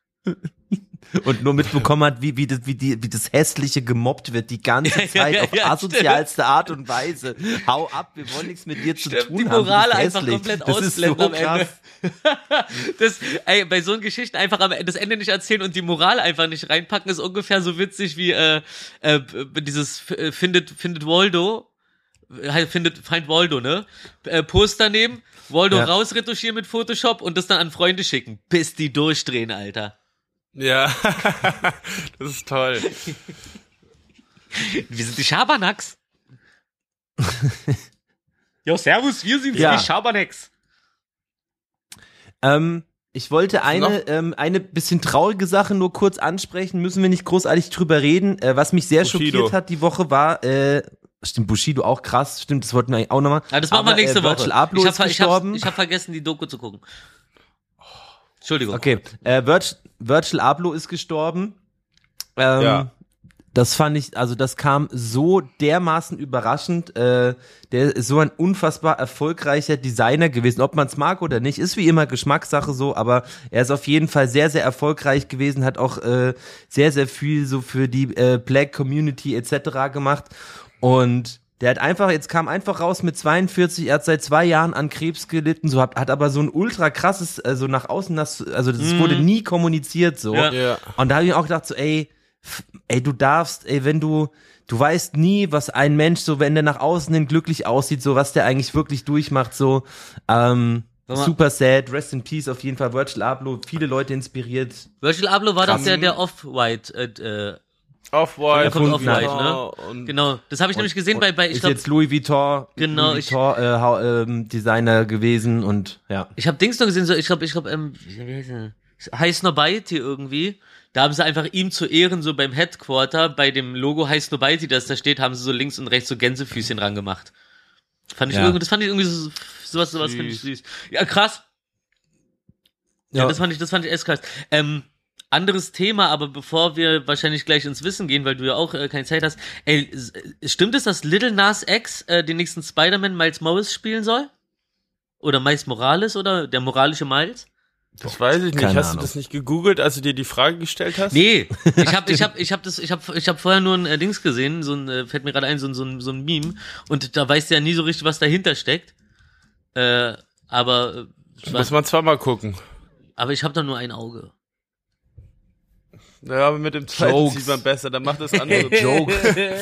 [SPEAKER 3] Und nur mitbekommen hat, wie, wie, das, wie, die, wie das Hässliche gemobbt wird, die ganze Zeit
[SPEAKER 1] Ja, ja,
[SPEAKER 3] auf
[SPEAKER 1] ja,
[SPEAKER 3] asozialste Art und Weise. Hau ab, wir wollen nichts mit dir zu
[SPEAKER 1] Stimmt,
[SPEAKER 3] tun
[SPEAKER 1] die
[SPEAKER 3] haben.
[SPEAKER 1] Moral
[SPEAKER 3] du bist
[SPEAKER 1] einfach
[SPEAKER 3] hässlich.
[SPEAKER 1] komplett
[SPEAKER 3] das ist so
[SPEAKER 1] ausblenden am
[SPEAKER 3] krass.
[SPEAKER 1] Ende. Das, ey, bei so Geschichten einfach am Ende das Ende nicht erzählen und die Moral einfach nicht reinpacken, ist ungefähr so witzig wie äh, äh, dieses äh, findet findet Waldo, äh, findet Find Waldo, ne? Äh, Poster nehmen, Waldo
[SPEAKER 3] Ja.
[SPEAKER 1] rausretuschieren mit Photoshop und das dann an Freunde schicken, bis die durchdrehen, Alter.
[SPEAKER 2] Ja, das ist toll.
[SPEAKER 1] Wir sind die Schabernacks. Jo, servus, wir sind
[SPEAKER 3] Ja.
[SPEAKER 1] die Schabernacks.
[SPEAKER 3] Ähm, ich wollte eine,
[SPEAKER 2] noch?
[SPEAKER 3] ähm, eine bisschen traurige Sache nur kurz ansprechen, müssen wir nicht großartig drüber reden. Äh, was mich sehr
[SPEAKER 2] Bushido.
[SPEAKER 3] schockiert hat die Woche war, äh, stimmt, Bushido auch krass, stimmt, das wollten wir eigentlich auch nochmal.
[SPEAKER 1] Ja, das machen wir nächste
[SPEAKER 3] äh,
[SPEAKER 1] Woche.
[SPEAKER 3] Virgil Abloh
[SPEAKER 1] ich
[SPEAKER 3] ist
[SPEAKER 1] habe ich
[SPEAKER 3] gestorben.
[SPEAKER 1] hab, ich hab vergessen, die Doku zu gucken. Entschuldigung.
[SPEAKER 3] Okay, äh, Virgil, Virgil Abloh ist gestorben. Ähm,
[SPEAKER 2] Ja.
[SPEAKER 3] Das fand ich, also das kam so dermaßen überraschend. Äh, der ist so ein unfassbar erfolgreicher Designer gewesen. Ob man es mag oder nicht, ist wie immer Geschmackssache so, aber er ist auf jeden Fall sehr, sehr erfolgreich gewesen, hat auch äh, sehr, sehr viel so für die äh, Black Community et cetera gemacht. Und der hat einfach, jetzt kam einfach raus mit zweiundvierzig, er hat seit zwei Jahren an Krebs gelitten, so hat, hat aber so ein ultra krasses, also nach außen, das, also das wurde nie kommuniziert so.
[SPEAKER 1] Ja.
[SPEAKER 2] Ja.
[SPEAKER 3] Und da habe ich mir auch gedacht so, ey, f- ey, du darfst, ey, wenn du, du weißt nie, was ein Mensch so, wenn der nach außen hin glücklich aussieht, so was der eigentlich wirklich durchmacht, so, ähm,
[SPEAKER 1] Sag mal.
[SPEAKER 3] super sad, rest in peace auf jeden Fall, Virgil Abloh, viele Leute inspiriert.
[SPEAKER 1] Virgil Abloh war doch
[SPEAKER 2] Krass.
[SPEAKER 1] der, der Off-White, äh, äh,
[SPEAKER 2] Off-White.
[SPEAKER 1] Der kommt
[SPEAKER 3] Erfunden
[SPEAKER 1] Off-White,
[SPEAKER 2] hat.
[SPEAKER 1] ne?
[SPEAKER 2] Und
[SPEAKER 1] Genau, das habe ich nämlich gesehen bei, bei ich
[SPEAKER 3] ist
[SPEAKER 1] glaube,
[SPEAKER 3] jetzt Louis Vuitton,
[SPEAKER 1] Genau,
[SPEAKER 3] Louis
[SPEAKER 1] ich-
[SPEAKER 3] Vuitton äh, Hau- ähm, Designer gewesen und ja.
[SPEAKER 1] ich habe Dings noch gesehen, so ich glaube, ich glaube, ähm, wie heißt der? High Snobiety irgendwie. Da haben sie einfach ihm zu Ehren so beim Headquarter, bei dem Logo High Snobiety, das da steht, haben sie so links und rechts so Gänsefüßchen rangemacht. Fand ich
[SPEAKER 3] Ja.
[SPEAKER 1] irgendwie, das fand ich irgendwie so, sowas, sowas finde ich süß. Ja, krass. Ja, das fand ich, das fand ich echt krass. Ähm, anderes Thema, aber bevor wir wahrscheinlich gleich ins Wissen gehen, weil du ja auch äh, keine Zeit hast. Ey, s- stimmt es, dass Little Nas X äh, den nächsten Spider-Man Miles Morales spielen soll? Oder Miles Morales oder der moralische Miles?
[SPEAKER 2] das weiß ich nicht.
[SPEAKER 3] Keine
[SPEAKER 2] Hast
[SPEAKER 3] Ahnung.
[SPEAKER 2] du das nicht gegoogelt, als du dir die Frage gestellt hast?
[SPEAKER 1] Nee, ich hab, ich hab, ich hab das, ich hab, ich hab vorher nur ein äh, Dings gesehen, so ein, äh, fällt mir gerade ein, so ein, so ein, so ein Meme, und da weißt du ja nie so richtig, was dahinter steckt. Äh, aber, äh,
[SPEAKER 2] Muss man zweimal gucken.
[SPEAKER 1] aber ich habe da nur ein Auge.
[SPEAKER 2] Ja, aber mit dem zweiten
[SPEAKER 3] Jokes.
[SPEAKER 2] sieht man besser, dann macht das andere
[SPEAKER 3] Joke.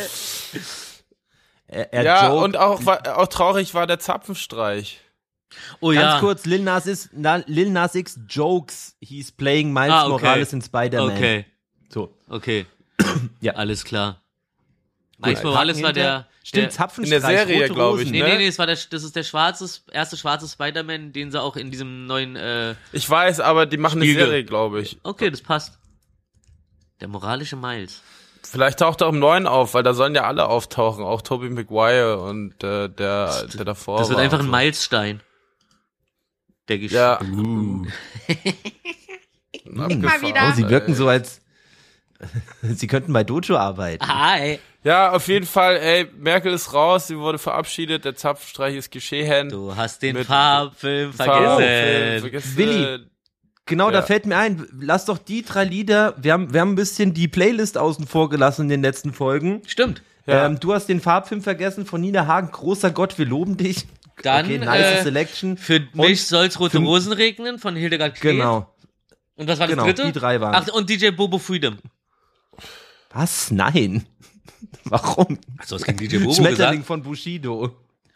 [SPEAKER 3] er, er
[SPEAKER 2] Ja,
[SPEAKER 3] joke.
[SPEAKER 2] und auch, war, auch traurig war der Zapfenstreich.
[SPEAKER 1] Oh
[SPEAKER 3] Ganz
[SPEAKER 1] ja.
[SPEAKER 3] kurz, Lil Nas, ist, na, Lil Nas X jokes, he's playing Miles
[SPEAKER 1] Ah, okay.
[SPEAKER 3] Morales in Spider-Man.
[SPEAKER 1] Okay,
[SPEAKER 3] So.
[SPEAKER 1] okay.
[SPEAKER 3] Ja.
[SPEAKER 1] Alles klar. Miles Morales war der...
[SPEAKER 3] Stimmt,
[SPEAKER 1] der
[SPEAKER 3] Zapfenstreich,
[SPEAKER 2] in der Serie,
[SPEAKER 3] rote
[SPEAKER 2] glaub ich,
[SPEAKER 3] Rosen.
[SPEAKER 1] Nee,
[SPEAKER 2] ne?
[SPEAKER 1] nee, nee, das, war der, das ist der schwarze, erste schwarze Spider-Man, den sie auch in diesem neuen... Äh,
[SPEAKER 2] Ich weiß, aber die machen eine
[SPEAKER 1] Spiegel.
[SPEAKER 2] Serie, glaube ich.
[SPEAKER 1] okay, das passt. Der moralische Miles.
[SPEAKER 2] Vielleicht taucht er im Neuen auf, weil da sollen ja alle auftauchen, auch Tobey Maguire und äh, der, der davor
[SPEAKER 1] Das wird
[SPEAKER 2] war
[SPEAKER 1] einfach
[SPEAKER 2] und
[SPEAKER 1] ein
[SPEAKER 2] so.
[SPEAKER 1] Milesstein. Der Gesch
[SPEAKER 2] Ja.
[SPEAKER 3] Uh.
[SPEAKER 2] Abgefahren,
[SPEAKER 3] Oh, sie wirken
[SPEAKER 2] ey.
[SPEAKER 3] so, als sie könnten bei Dojo arbeiten.
[SPEAKER 1] Hi.
[SPEAKER 2] Ja, auf jeden Fall, ey, Merkel ist raus, sie wurde verabschiedet, der Zapfenstreich ist geschehen.
[SPEAKER 1] Du hast den
[SPEAKER 2] Mit-
[SPEAKER 1] Farbfilm
[SPEAKER 2] Farbfilm,
[SPEAKER 1] vergessen.
[SPEAKER 2] vergessen.
[SPEAKER 3] Willi. Genau, da
[SPEAKER 2] Ja.
[SPEAKER 3] fällt mir ein, lass doch die drei Lieder, wir haben, wir haben ein bisschen die Playlist außen vor gelassen in den letzten Folgen.
[SPEAKER 1] Stimmt.
[SPEAKER 2] Ja.
[SPEAKER 3] Ähm, du hast den Farbfilm vergessen von Nina Hagen, großer Gott, wir loben dich.
[SPEAKER 1] Dann,
[SPEAKER 3] okay, nice
[SPEAKER 1] äh,
[SPEAKER 3] Selection.
[SPEAKER 1] Für
[SPEAKER 3] Und
[SPEAKER 1] mich soll's rote
[SPEAKER 3] für-
[SPEAKER 1] Rosen regnen von Hildegard Knef.
[SPEAKER 3] Genau.
[SPEAKER 1] Und was war das
[SPEAKER 3] Genau,
[SPEAKER 1] dritte?
[SPEAKER 3] die drei waren.
[SPEAKER 1] Ach, und D J Bobo Freedom.
[SPEAKER 3] Was? Nein. Warum?
[SPEAKER 1] Achso, das gegen D J Bobo
[SPEAKER 3] Schmetterling
[SPEAKER 1] gesagt.
[SPEAKER 3] von Bushido.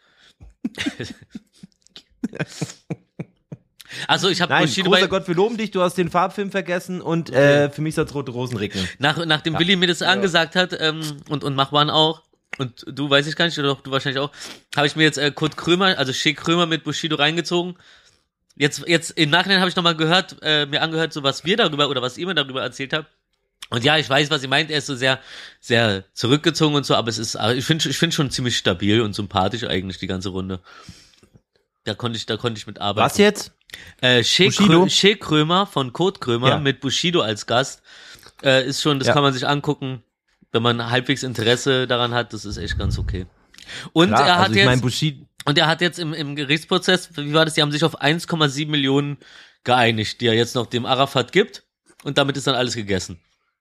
[SPEAKER 1] Also ich habe
[SPEAKER 3] Nein,
[SPEAKER 1] Bushido
[SPEAKER 3] großer
[SPEAKER 1] bei,
[SPEAKER 3] Gott, wir loben dich, du hast den Farbfilm vergessen und äh, für mich soll's rote Rosen regnen.
[SPEAKER 1] nach, nachdem Willi mir das angesagt hat, ähm, und, und Machwan auch, und du weiß ich gar nicht, oder doch, du wahrscheinlich auch, habe ich mir jetzt äh, Kurt Krömer, also Sheikh Krömer mit Bushido reingezogen. Jetzt, jetzt im Nachhinein habe ich nochmal gehört, äh, mir angehört, so was wir darüber oder was ihr mir darüber erzählt habt. Und ja, ich weiß, was ihr meint, er ist so sehr, sehr zurückgezogen und so, aber es ist, aber ich finde ich finde schon ziemlich stabil und sympathisch eigentlich, die ganze Runde. Da konnte ich, da konnte ich mit arbeiten.
[SPEAKER 3] Was jetzt?
[SPEAKER 1] Äh, Sheikh
[SPEAKER 3] Bushido?
[SPEAKER 1] Krö- Sheikh Krömer von Kurt Krömer
[SPEAKER 3] Ja.
[SPEAKER 1] mit Bushido als Gast, äh, ist schon, das
[SPEAKER 3] Ja.
[SPEAKER 1] kann man sich angucken, wenn man halbwegs Interesse daran hat, das ist echt ganz okay. Und
[SPEAKER 3] Klar,
[SPEAKER 1] er hat
[SPEAKER 3] also ich
[SPEAKER 1] jetzt,
[SPEAKER 3] mein Bushido,
[SPEAKER 1] und er hat jetzt im, im Gerichtsprozess, wie war das, die haben sich auf eins Komma sieben Millionen geeinigt, die er jetzt noch dem Arafat gibt, und damit ist dann alles gegessen.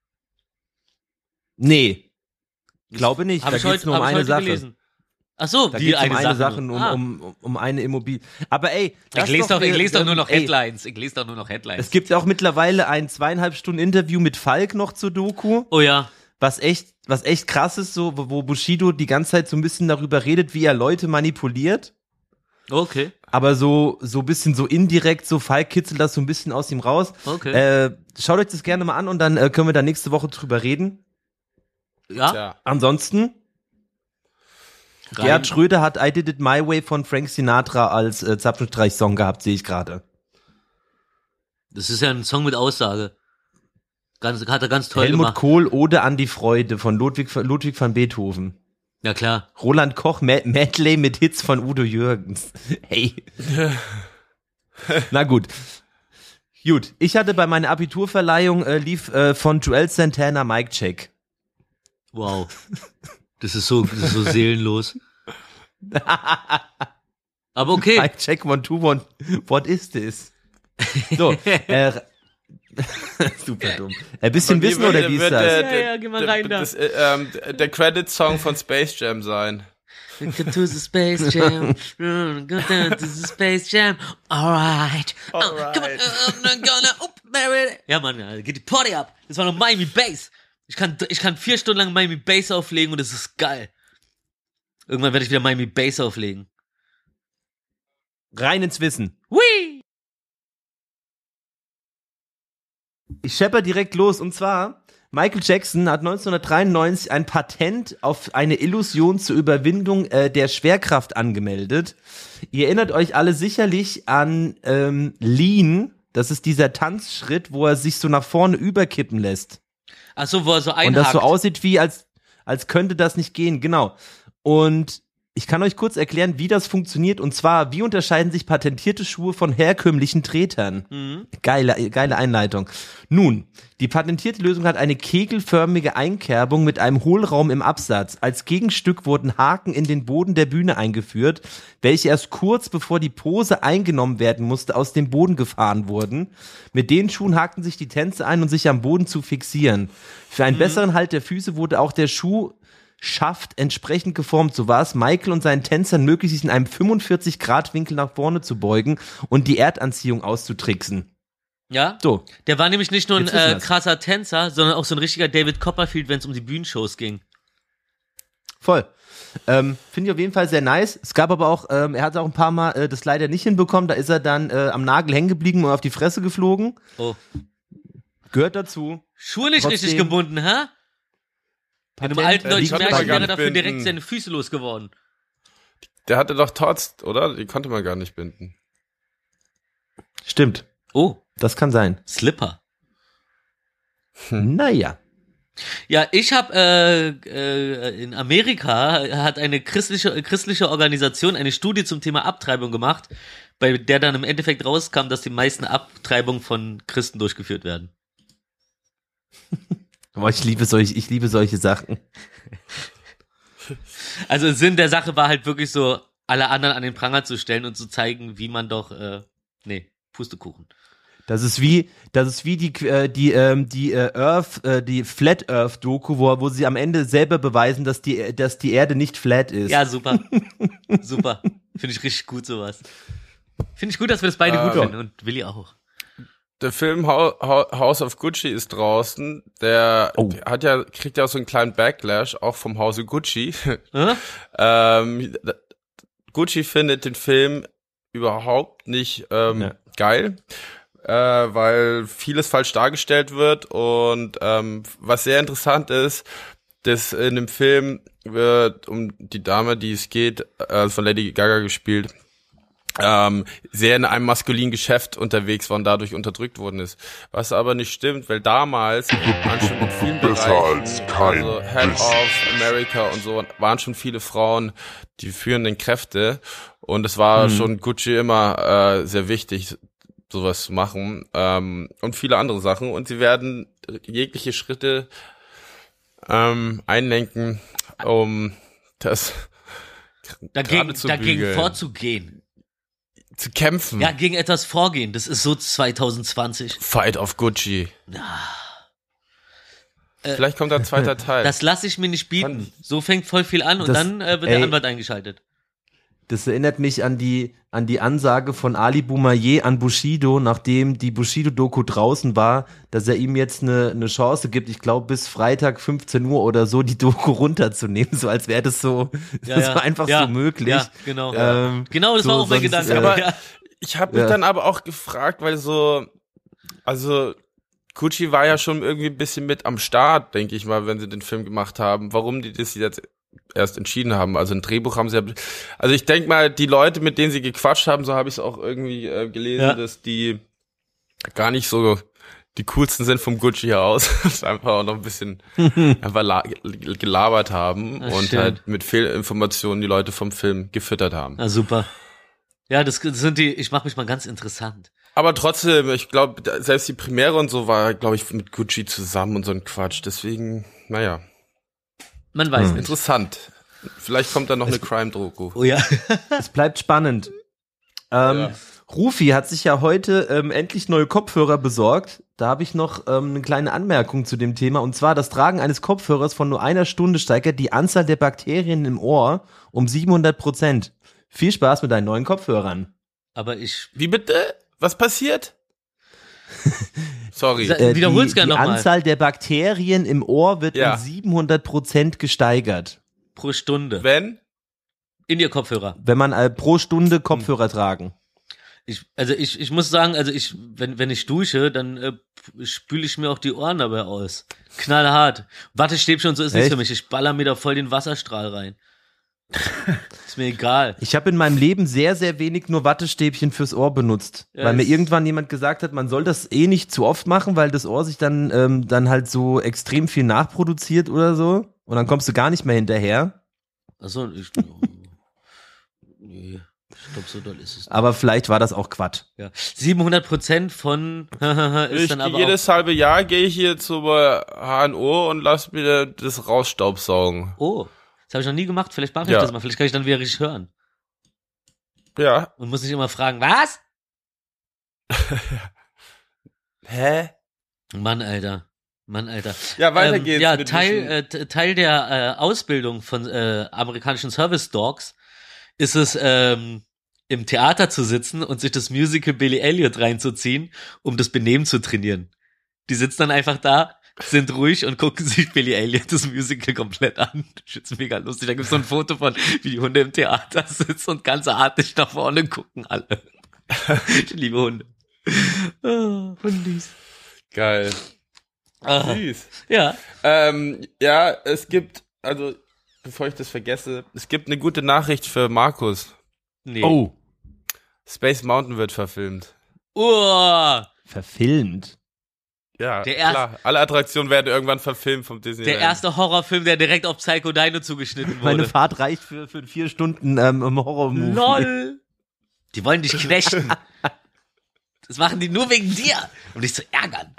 [SPEAKER 3] nee, glaube nicht,
[SPEAKER 1] Hab
[SPEAKER 3] da
[SPEAKER 1] ich
[SPEAKER 3] geht's
[SPEAKER 1] heute,
[SPEAKER 3] nur um
[SPEAKER 1] hab ich
[SPEAKER 3] eine
[SPEAKER 1] heute
[SPEAKER 3] Sache.
[SPEAKER 1] gelesen. Ach so,
[SPEAKER 3] Da
[SPEAKER 1] wie
[SPEAKER 3] geht's um
[SPEAKER 1] eine,
[SPEAKER 3] eine
[SPEAKER 1] Sache,
[SPEAKER 3] Sache,
[SPEAKER 1] nur.
[SPEAKER 3] um,
[SPEAKER 1] Ah.
[SPEAKER 3] um, um eine Immobilie. Aber ey,
[SPEAKER 1] Ich
[SPEAKER 3] lass
[SPEAKER 1] lese doch, ich
[SPEAKER 3] äh,
[SPEAKER 1] lese doch nur noch
[SPEAKER 3] ey,
[SPEAKER 1] Headlines. Ich lese doch nur noch Headlines.
[SPEAKER 3] Es gibt auch mittlerweile ein zweieinhalb Stunden Interview mit Falk noch zur Doku,
[SPEAKER 1] Oh ja.
[SPEAKER 3] was echt, was echt krass ist, so, wo wo Bushido die ganze Zeit so ein bisschen darüber redet, wie er Leute manipuliert.
[SPEAKER 1] Okay.
[SPEAKER 3] Aber so, so ein bisschen so indirekt, so Falk kitzelt das so ein bisschen aus ihm raus.
[SPEAKER 1] Okay.
[SPEAKER 3] Äh, schaut euch das gerne mal an und dann äh, können wir da nächste Woche drüber reden.
[SPEAKER 1] Ja.
[SPEAKER 2] Ja.
[SPEAKER 3] Ansonsten,
[SPEAKER 1] Rein-
[SPEAKER 3] Gerhard Schröder hat I Did It My Way von Frank Sinatra als äh, Zapfenstreich-Song gehabt, sehe ich gerade.
[SPEAKER 1] Das ist ja ein Song mit Aussage. Ganz, hat er ganz toll
[SPEAKER 3] Helmut
[SPEAKER 1] gemacht.
[SPEAKER 3] Kohl, Ode an die Freude von Ludwig, Ludwig van Beethoven.
[SPEAKER 1] Ja klar.
[SPEAKER 3] Roland Koch, Ma- Medley mit Hits von Udo Jürgens. Hey. Na gut. Gut, ich hatte bei meiner Abiturverleihung, äh, lief äh, von Joel Santana Mic Check.
[SPEAKER 1] Wow. Das ist so, das ist so seelenlos. Aber okay.
[SPEAKER 3] Mic Check, one, two, one. What is this? So, äh, super dumm. Ein bisschen
[SPEAKER 2] Bei mir
[SPEAKER 3] wissen oder
[SPEAKER 2] wird-
[SPEAKER 3] wie ist
[SPEAKER 2] wird
[SPEAKER 3] das?
[SPEAKER 2] der-
[SPEAKER 1] Ja,
[SPEAKER 2] der-
[SPEAKER 1] ja, geh mal
[SPEAKER 2] der-
[SPEAKER 1] rein da.
[SPEAKER 2] das, äh, ähm, der Credit-Song von Space Jam sein.
[SPEAKER 1] Go to the Space Jam. Go down to the Space Jam. Alright. Oh,
[SPEAKER 2] Alright.
[SPEAKER 1] come on, uh, I'm gonna, oh, marry. Ja, Mann, ja, geht die Party ab. Das war noch Miami Bass. Ich kann, ich kann vier Stunden lang Miami Bass auflegen und das ist geil. Irgendwann werde ich wieder Miami Bass auflegen.
[SPEAKER 3] Rein ins Wissen.
[SPEAKER 1] Hui!
[SPEAKER 3] Ich schepper direkt los und zwar, Michael Jackson hat neunzehnhundertdreiundneunzig ein Patent auf eine Illusion zur Überwindung äh, der Schwerkraft angemeldet. Ihr erinnert euch alle sicherlich an ähm, Lean, das ist dieser Tanzschritt, wo er sich so nach vorne überkippen lässt.
[SPEAKER 1] Ach so, wo er so einhakt.
[SPEAKER 3] Und das so aussieht wie, als, als könnte das nicht gehen, genau. Und ich kann euch kurz erklären, wie das funktioniert. Und zwar, wie unterscheiden sich patentierte Schuhe von herkömmlichen Tretern?
[SPEAKER 1] Mhm.
[SPEAKER 3] Geile, geile Einleitung. Nun, die patentierte Lösung hat eine kegelförmige Einkerbung mit einem Hohlraum im Absatz. Als Gegenstück wurden Haken in den Boden der Bühne eingeführt, welche erst kurz bevor die Pose eingenommen werden musste, aus dem Boden gefahren wurden. Mit den Schuhen hakten sich die Tänzer ein, um sich am Boden zu fixieren. Für einen besseren Halt der Füße wurde auch der Schuh Schaft entsprechend geformt. So war es Michael und seinen Tänzern möglich, sich in einem fünfundvierzig Grad Winkel nach vorne zu beugen und die Erdanziehung auszutricksen.
[SPEAKER 1] Ja?
[SPEAKER 3] So.
[SPEAKER 1] Der war nämlich nicht nur ein
[SPEAKER 3] Jetzt wissen
[SPEAKER 1] äh,
[SPEAKER 3] wir's.
[SPEAKER 1] krasser Tänzer, sondern auch so ein richtiger David Copperfield, wenn es um die Bühnenshows ging.
[SPEAKER 3] Voll. Ähm, Finde ich auf jeden Fall sehr nice. Es gab aber auch, ähm, er hat auch ein paar Mal äh, das leider nicht hinbekommen. Da ist er dann äh, am Nagel hängen geblieben und auf die Fresse geflogen.
[SPEAKER 1] Oh.
[SPEAKER 3] Gehört dazu.
[SPEAKER 1] Schuhe nicht
[SPEAKER 3] Trotzdem-
[SPEAKER 1] richtig gebunden, hä? In einem alten
[SPEAKER 2] äh,
[SPEAKER 1] deutschen
[SPEAKER 2] die konnte man
[SPEAKER 1] Märchen
[SPEAKER 2] gar
[SPEAKER 1] wäre
[SPEAKER 2] nicht
[SPEAKER 1] dafür direkt
[SPEAKER 2] binden.
[SPEAKER 1] seine Füße losgeworden.
[SPEAKER 2] Der hatte doch Tots, oder? Die konnte man gar nicht binden.
[SPEAKER 3] Stimmt,
[SPEAKER 1] Oh,
[SPEAKER 3] das kann sein.
[SPEAKER 1] Slipper.
[SPEAKER 2] Hm.
[SPEAKER 3] Naja.
[SPEAKER 1] Ja, ich habe äh, äh, in Amerika hat eine christliche christliche Organisation eine Studie zum Thema Abtreibung gemacht, bei der dann im Endeffekt rauskam, dass die meisten Abtreibungen von Christen durchgeführt werden.
[SPEAKER 3] Boah, ich liebe solche, ich liebe solche Sachen.
[SPEAKER 1] Also Sinn der Sache war halt wirklich so, alle anderen an den Pranger zu stellen und zu zeigen, wie man doch, äh, nee, Pustekuchen.
[SPEAKER 3] Das ist wie, das ist wie die, äh, die, ähm, die äh, Earth, äh, die Flat Earth Doku, wo, wo sie am Ende selber beweisen, dass die, dass die Erde nicht flat ist.
[SPEAKER 1] Ja, super. Super. Finde ich richtig gut, sowas. Finde ich gut, dass wir das beide
[SPEAKER 2] Ähm,
[SPEAKER 1] gut finden und Willi auch.
[SPEAKER 2] Der Film Ho- Ho- House of Gucci ist draußen. Der,
[SPEAKER 3] Oh.
[SPEAKER 2] der hat ja, kriegt ja auch so einen kleinen Backlash, auch vom Hause Gucci.
[SPEAKER 1] Hä?
[SPEAKER 2] ähm, Gucci findet den Film überhaupt nicht ähm,
[SPEAKER 3] Ja.
[SPEAKER 2] geil, äh, weil vieles falsch dargestellt wird und ähm, was sehr interessant ist, dass in dem Film wird um die Dame, die es geht, äh, von Lady Gaga gespielt, ähm, sehr in einem maskulinen Geschäft unterwegs war und dadurch unterdrückt worden ist. Was aber nicht stimmt, weil damals waren schon in vielen Bereichen, also Head of America und so, waren schon viele Frauen die führenden Kräfte und es war
[SPEAKER 3] Mhm.
[SPEAKER 2] schon Gucci immer äh, sehr wichtig, sowas zu machen ähm, und viele andere Sachen und sie werden jegliche Schritte ähm, einlenken, um das
[SPEAKER 1] Dagegen,
[SPEAKER 2] gerade zu
[SPEAKER 1] dagegen
[SPEAKER 2] bügeln.
[SPEAKER 1] vorzugehen.
[SPEAKER 2] zu kämpfen.
[SPEAKER 1] Ja, gegen etwas vorgehen. Das ist so zwanzig zwanzig.
[SPEAKER 2] Fight of Gucci.
[SPEAKER 1] Äh,
[SPEAKER 2] Vielleicht kommt da ein zweiter Teil.
[SPEAKER 1] Das lasse ich mir nicht bieten.
[SPEAKER 2] Fand-
[SPEAKER 1] So fängt voll viel an und
[SPEAKER 3] Das-
[SPEAKER 1] dann äh, wird
[SPEAKER 3] ey.
[SPEAKER 1] der Anwalt eingeschaltet.
[SPEAKER 3] Das erinnert mich an die, an die Ansage von Ali Boumaier an Bushido, nachdem die Bushido-Doku draußen war, dass er ihm jetzt eine, eine Chance gibt, ich glaube bis Freitag fünfzehn Uhr oder so, die Doku runterzunehmen, so als wäre das so,
[SPEAKER 1] Ja,
[SPEAKER 3] das
[SPEAKER 1] ja.
[SPEAKER 3] war einfach
[SPEAKER 1] ja,
[SPEAKER 3] so möglich.
[SPEAKER 1] Ja, genau.
[SPEAKER 3] Ähm,
[SPEAKER 1] Genau, das
[SPEAKER 3] so
[SPEAKER 1] war auch mein
[SPEAKER 3] sonst,
[SPEAKER 1] Gedanke.
[SPEAKER 3] äh,
[SPEAKER 2] aber-
[SPEAKER 1] ja.
[SPEAKER 2] Ich habe mich
[SPEAKER 3] Ja.
[SPEAKER 2] dann aber auch gefragt, weil so, also Gucci war ja schon irgendwie ein bisschen mit am Start, denke ich mal, wenn sie den Film gemacht haben. Warum die das jetzt erst entschieden haben. Also ein Drehbuch haben sie ja, also ich denke mal, die Leute, mit denen sie gequatscht haben, so habe ich es auch irgendwie äh, gelesen,
[SPEAKER 1] Ja.
[SPEAKER 2] dass die gar nicht so die coolsten sind vom Gucci her aus, dass einfach auch noch ein bisschen einfach la- gelabert haben
[SPEAKER 1] Ach,
[SPEAKER 2] und
[SPEAKER 1] schön.
[SPEAKER 2] halt mit Fehlinformationen die Leute vom Film gefüttert haben.
[SPEAKER 1] Na super. Ja, das sind die, ich mache mich mal ganz interessant.
[SPEAKER 2] Aber trotzdem, ich glaube, selbst die Premiere und so war, glaube ich, mit Gucci zusammen und so ein Quatsch. Deswegen, naja,
[SPEAKER 1] Man weiß
[SPEAKER 3] Hm.
[SPEAKER 1] nicht.
[SPEAKER 2] interessant. Vielleicht kommt da noch eine Crime-Doku.
[SPEAKER 1] Oh ja.
[SPEAKER 3] Es bleibt spannend. Ähm,
[SPEAKER 2] Ja.
[SPEAKER 3] Rufi hat sich ja heute ähm, endlich neue Kopfhörer besorgt. Da habe ich noch ähm, eine kleine Anmerkung zu dem Thema. Und zwar, das Tragen eines Kopfhörers von nur einer Stunde steigert die Anzahl der Bakterien im Ohr um siebenhundert Prozent. Viel Spaß mit deinen neuen Kopfhörern.
[SPEAKER 1] Aber ich,
[SPEAKER 2] Wie bitte? Was passiert? Sorry.
[SPEAKER 1] Sa-
[SPEAKER 3] Äh,
[SPEAKER 1] Wiederhol's
[SPEAKER 3] die
[SPEAKER 1] gern
[SPEAKER 3] die
[SPEAKER 1] noch mal.
[SPEAKER 3] Anzahl der Bakterien im Ohr wird
[SPEAKER 2] Ja.
[SPEAKER 3] um siebenhundert Prozent gesteigert,
[SPEAKER 1] pro Stunde.
[SPEAKER 2] Wenn?
[SPEAKER 1] In ihr Kopfhörer.
[SPEAKER 3] wenn man äh, pro Stunde Kopfhörer tragen.
[SPEAKER 1] Ich, also ich, ich muss sagen, also ich, wenn, wenn ich dusche, dann äh, spüle ich mir auch die Ohren dabei aus. Knallhart. Wattestäbchen und so ist nichts
[SPEAKER 3] Echt?
[SPEAKER 1] für mich. Ich baller mir da voll den Wasserstrahl rein. Ist mir egal.
[SPEAKER 3] Ich habe in meinem Leben sehr, sehr wenig nur Wattestäbchen fürs Ohr benutzt.
[SPEAKER 1] Ja,
[SPEAKER 3] weil mir
[SPEAKER 1] es-
[SPEAKER 3] irgendwann jemand gesagt hat, man soll das eh nicht zu oft machen, weil das Ohr sich dann, ähm, dann halt so extrem viel nachproduziert oder so. Und dann kommst du gar nicht mehr hinterher.
[SPEAKER 1] Achso, ich. Nee, ich glaube, so doll ist es nicht.
[SPEAKER 3] Aber vielleicht war das auch Quatsch.
[SPEAKER 1] Ja. siebenhundert Prozent von ist
[SPEAKER 2] Ich,
[SPEAKER 1] dann aber
[SPEAKER 2] jedes halbe Jahr gehe ich hier zu H N O und lass mir das rausstaubsaugen.
[SPEAKER 1] auch, oh, das habe ich noch nie gemacht. Vielleicht mache ich
[SPEAKER 2] Ja.
[SPEAKER 1] das mal. Vielleicht kann ich dann wieder richtig hören.
[SPEAKER 2] Ja.
[SPEAKER 1] Und muss nicht immer fragen, was?
[SPEAKER 2] Hä?
[SPEAKER 1] Mann, Alter. Mann, Alter.
[SPEAKER 2] Ja, weiter
[SPEAKER 1] Ähm,
[SPEAKER 2] geht's.
[SPEAKER 1] Ja,
[SPEAKER 2] mit
[SPEAKER 1] Teil,
[SPEAKER 2] diesen-
[SPEAKER 1] äh, t- Teil der äh, Ausbildung von äh, amerikanischen Service Dogs ist es, ähm, im Theater zu sitzen und sich das Musical Billy Elliot reinzuziehen, um das Benehmen zu trainieren. Die sitzen dann einfach da, sind ruhig und gucken sich Billy Elliot das Musical komplett an. Das ist mega lustig. Da gibt's so ein Foto von, wie die Hunde im Theater sitzen und ganz artig nach vorne gucken alle. Ich liebe Hunde. Oh, Hundis.
[SPEAKER 2] Geil.
[SPEAKER 1] Aha.
[SPEAKER 2] Süß.
[SPEAKER 1] Ja.
[SPEAKER 2] Ähm, ja, es gibt, also, bevor ich das vergesse, es gibt eine gute Nachricht für Markus.
[SPEAKER 1] Nee.
[SPEAKER 3] Oh,
[SPEAKER 2] Space Mountain wird verfilmt.
[SPEAKER 1] Oh,
[SPEAKER 3] verfilmt.
[SPEAKER 2] Ja,
[SPEAKER 1] Der erst-
[SPEAKER 2] klar. Alle Attraktionen werden irgendwann verfilmt vom Disney.
[SPEAKER 1] der erste Horrorfilm, der direkt auf Psycho Dino zugeschnitten wurde.
[SPEAKER 3] Meine Fahrt reicht für, für vier Stunden ähm, im Horror-Movie.
[SPEAKER 1] LOL. Die wollen dich knechten. Das machen die nur wegen dir, um dich zu ärgern.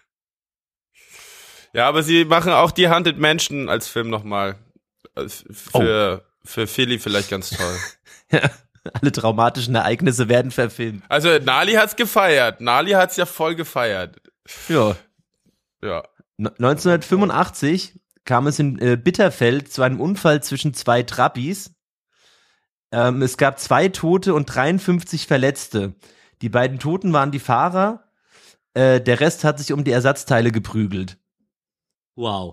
[SPEAKER 2] Ja, aber sie machen auch die Haunted Mansion als Film nochmal. Für, für Philly vielleicht ganz toll.
[SPEAKER 3] Alle traumatischen Ereignisse werden verfilmt.
[SPEAKER 2] Also Nali hat's gefeiert. Nali hat's ja voll gefeiert.
[SPEAKER 3] Ja.
[SPEAKER 2] Ja.
[SPEAKER 3] No- neunzehnhundertfünfundachtzig kam es in äh, Bitterfeld zu einem Unfall zwischen zwei Trabbis. Ähm, es gab zwei Tote und dreiundfünfzig Verletzte. Die beiden Toten waren die Fahrer. Äh, der Rest hat sich um die Ersatzteile geprügelt.
[SPEAKER 1] Wow.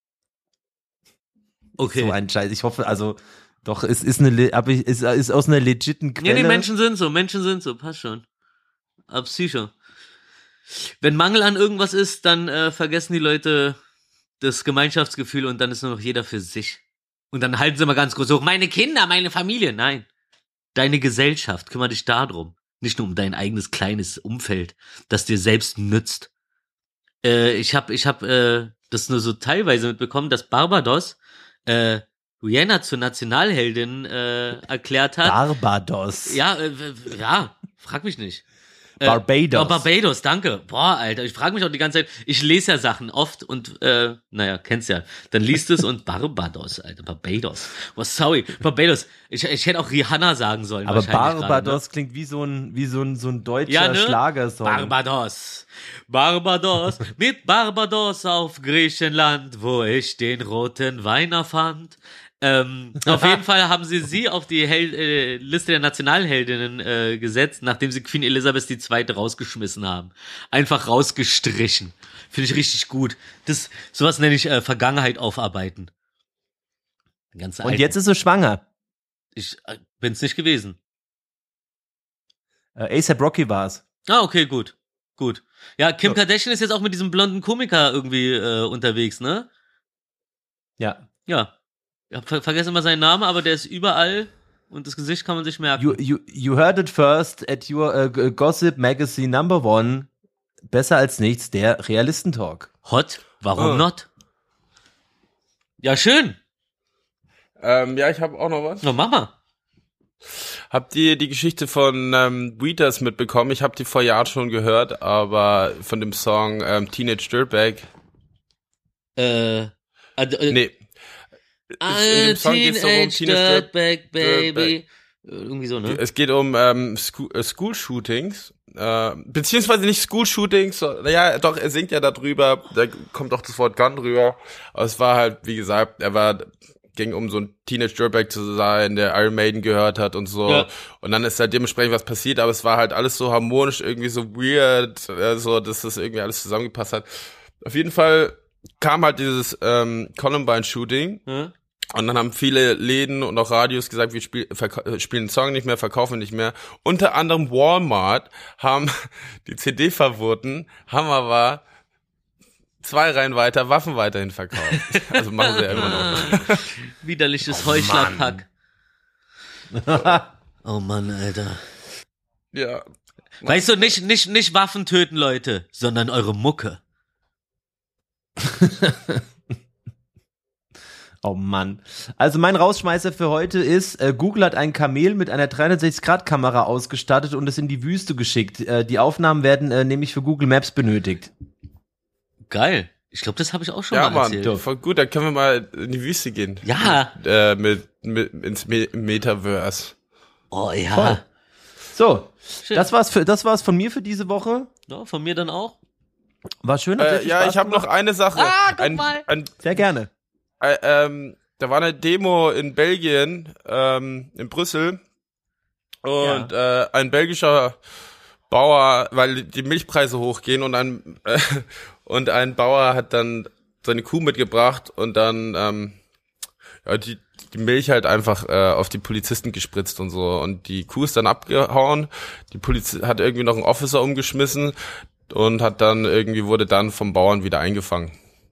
[SPEAKER 1] Okay.
[SPEAKER 3] So ein Scheiß. Ich hoffe, also doch, es ist eine, le- aber ist, ist aus einer legiten
[SPEAKER 1] Ja,
[SPEAKER 3] Quelle.
[SPEAKER 1] die Menschen sind so, Menschen sind so, passt schon. Aber Psycho. Wenn Mangel an irgendwas ist, dann äh, vergessen die Leute das Gemeinschaftsgefühl und dann ist nur noch jeder für sich. Und dann halten sie mal ganz groß hoch, meine Kinder, meine Familie. Nein. Deine Gesellschaft, kümmere dich darum. Nicht nur um dein eigenes kleines Umfeld, das dir selbst nützt. Äh, ich hab, ich hab äh, das nur so teilweise mitbekommen, dass Barbados äh, Rihanna zur Nationalheldin äh, erklärt hat.
[SPEAKER 3] Barbados.
[SPEAKER 1] Ja, äh, w- ja, frag mich nicht. Äh,
[SPEAKER 3] Barbados.
[SPEAKER 1] Oh, Barbados, danke. Boah, Alter, ich frage mich auch die ganze Zeit. Ich lese ja Sachen oft und, äh, naja, kennst ja. Dann liest es und Barbados, Alter, Barbados. Oh, sorry, Barbados. Ich, ich hätte auch Rihanna sagen sollen.
[SPEAKER 3] Aber
[SPEAKER 1] wahrscheinlich
[SPEAKER 3] Barbados klingt wie so ein, wie so ein, so ein deutscher
[SPEAKER 1] Ja, ne?
[SPEAKER 3] Schlagersong.
[SPEAKER 1] Gerade, ne? Barbados. Barbados. Mit Barbados auf Griechenland, wo ich den roten Wein erfand. Ähm, auf jeden Fall haben sie sie auf die Hel äh, Liste der Nationalheldinnen äh, gesetzt, nachdem sie Queen Elizabeth die Zweite rausgeschmissen haben. Einfach rausgestrichen. Finde ich richtig gut. Das, sowas nenne ich äh, Vergangenheit aufarbeiten. Ganz
[SPEAKER 3] Und jetzt ist sie schwanger.
[SPEAKER 1] Ich äh, bin's nicht gewesen.
[SPEAKER 3] Äh, A$AP Rocky war's.
[SPEAKER 1] Ah, okay, gut. Gut. Ja, Kim Kardashian ist jetzt auch mit diesem blonden Komiker irgendwie äh, unterwegs, ne?
[SPEAKER 3] Ja.
[SPEAKER 1] Ja. Ich hab ver vergessen immer seinen Namen, aber der ist überall und das Gesicht kann man sich merken.
[SPEAKER 3] You, you, you heard it first at your uh, G- Gossip Magazine Number One. Besser als nichts, der Realistentalk.
[SPEAKER 1] Hot? Warum
[SPEAKER 2] Oh.
[SPEAKER 1] not? Ja, schön.
[SPEAKER 2] Ähm, ja, ich habe auch noch was.
[SPEAKER 1] Na, mach mal.
[SPEAKER 2] Habt ihr die Geschichte von ähm, Weeders mitbekommen? Ich habe die vor Jahren schon gehört, aber von dem Song ähm, Teenage Dirtbag.
[SPEAKER 1] Äh, also, äh,
[SPEAKER 2] Nee. In dem Song geht's darum,
[SPEAKER 1] Teenage
[SPEAKER 2] Teenage
[SPEAKER 1] Dirtbag Baby. Irgendwie so, ne?
[SPEAKER 2] Es geht um ähm, Scho- äh, School-Shootings, äh, beziehungsweise nicht School-Shootings, so, naja, doch, er singt ja darüber, da kommt auch das Wort Gun drüber, aber es war halt, wie gesagt, er war, ging um so ein Teenage Dirtbag zu sein, der Iron Maiden gehört hat und so,
[SPEAKER 1] Ja.
[SPEAKER 2] und dann ist halt dementsprechend was passiert, aber es war halt alles so harmonisch, irgendwie so weird, äh, so, dass das irgendwie alles zusammengepasst hat. Auf jeden Fall kam halt dieses ähm, Columbine-Shooting,
[SPEAKER 1] Hm?
[SPEAKER 2] und dann haben viele Läden und auch Radios gesagt, wir spiel, verka- spielen den Song nicht mehr, verkaufen nicht mehr. Unter anderem Walmart haben die C D verboten, haben aber zwei Reihen weiter Waffen weiterhin verkauft. Also machen sie ja immer noch.
[SPEAKER 1] Widerliches Heuchlerpack. Oh Mann, Alter.
[SPEAKER 2] Ja.
[SPEAKER 1] Weißt du, nicht, nicht, nicht Waffen töten, Leute, sondern eure Mucke.
[SPEAKER 3] Oh Mann. Also mein Rausschmeißer für heute ist, äh, Google hat ein Kamel mit einer dreihundertsechzig Grad Kamera ausgestattet und es in die Wüste geschickt. Äh, die Aufnahmen werden äh, nämlich für Google Maps benötigt.
[SPEAKER 1] Geil. Ich glaube, das habe ich auch schon
[SPEAKER 2] Ja,
[SPEAKER 1] mal
[SPEAKER 2] Mann,
[SPEAKER 1] erzählt.
[SPEAKER 2] voll gut, dann können wir mal in die Wüste gehen.
[SPEAKER 1] Ja.
[SPEAKER 2] Äh, mit, mit ins Me- Metaverse.
[SPEAKER 1] Oh ja.
[SPEAKER 3] Voll. So,
[SPEAKER 1] Schön.
[SPEAKER 3] das war's für das war's von mir für diese Woche.
[SPEAKER 1] Ja, von mir dann auch.
[SPEAKER 3] War schön. Hat sehr
[SPEAKER 2] Äh,
[SPEAKER 3] viel
[SPEAKER 2] ja,
[SPEAKER 3] Spaß
[SPEAKER 2] ich habe noch
[SPEAKER 3] gemacht.
[SPEAKER 2] eine Sache.
[SPEAKER 1] Ah, guck
[SPEAKER 2] ein,
[SPEAKER 1] mal.
[SPEAKER 2] Ein,
[SPEAKER 3] Sehr gerne.
[SPEAKER 2] äh, ähm, da war eine Demo in Belgien, ähm, in Brüssel. Und äh, ein belgischer Bauer, weil die Milchpreise hochgehen und ein äh, und ein Bauer hat dann seine Kuh mitgebracht und dann ähm, ja, die die Milch halt einfach äh, auf die Polizisten gespritzt und so und die Kuh ist dann abgehauen. Die Polizei hat irgendwie noch einen Officer umgeschmissen. und hat dann irgendwie, wurde dann vom Bauern wieder eingefangen.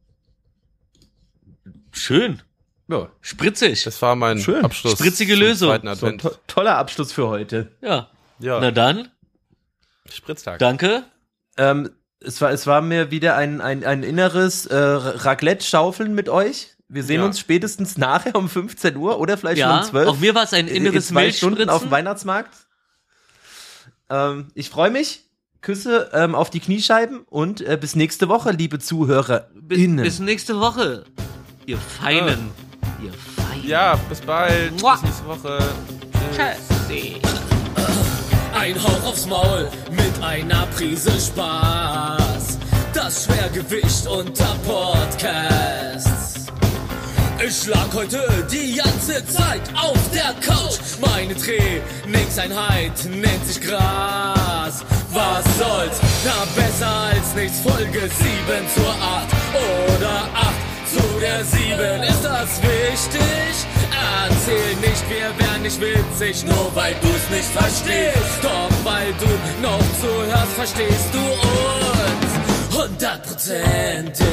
[SPEAKER 1] Schön.
[SPEAKER 3] Ja.
[SPEAKER 1] Spritzig.
[SPEAKER 2] Das war mein
[SPEAKER 3] Schön.
[SPEAKER 2] Abschluss.
[SPEAKER 1] Spritzige
[SPEAKER 2] zum
[SPEAKER 1] Lösung.
[SPEAKER 2] zweiten
[SPEAKER 3] So ein
[SPEAKER 2] Advent.
[SPEAKER 3] to- toller Abschluss für heute.
[SPEAKER 1] Ja.
[SPEAKER 2] Ja,
[SPEAKER 1] Na dann,
[SPEAKER 2] Spritztag.
[SPEAKER 1] danke.
[SPEAKER 3] Ähm, es war, es war mir wieder ein, ein, ein inneres äh, Raclette-Schaufeln mit euch. Wir sehen
[SPEAKER 2] Ja.
[SPEAKER 3] uns spätestens nachher um fünfzehn Uhr oder vielleicht
[SPEAKER 1] Ja,
[SPEAKER 3] schon um zwölf.
[SPEAKER 1] auch mir war es ein
[SPEAKER 3] in
[SPEAKER 1] inneres
[SPEAKER 3] zwei Stunden auf dem
[SPEAKER 1] Milchspritzen.
[SPEAKER 3] Weihnachtsmarkt. Ähm, ich freue mich. Küsse ähm, auf die Kniescheiben und äh, bis nächste Woche, liebe ZuhörerInnen.
[SPEAKER 1] Bis nächste Woche, ihr Feinen. Ihr Feinen.
[SPEAKER 2] Ja, bis bald.
[SPEAKER 1] Mua.
[SPEAKER 2] Bis nächste Woche.
[SPEAKER 1] Tschüssi.
[SPEAKER 4] Ein Hauch aufs Maul mit einer Prise Spaß. Das Schwergewicht unter Podcasts. Ich lag heute die ganze Zeit auf der Couch. Meine Trainingseinheit nennt sich Gras. Was soll's? Na, besser als nichts. Folge sieben zur acht oder acht zu der sieben. Ist das wichtig? Erzähl nicht, wir wären nicht witzig, nur weil du's nicht verstehst. Doch weil du noch zuhörst, verstehst du uns hundertprozentig.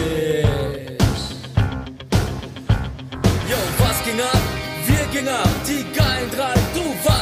[SPEAKER 4] Yo, was ging ab? Wir gingen ab, die geilen drei, du warst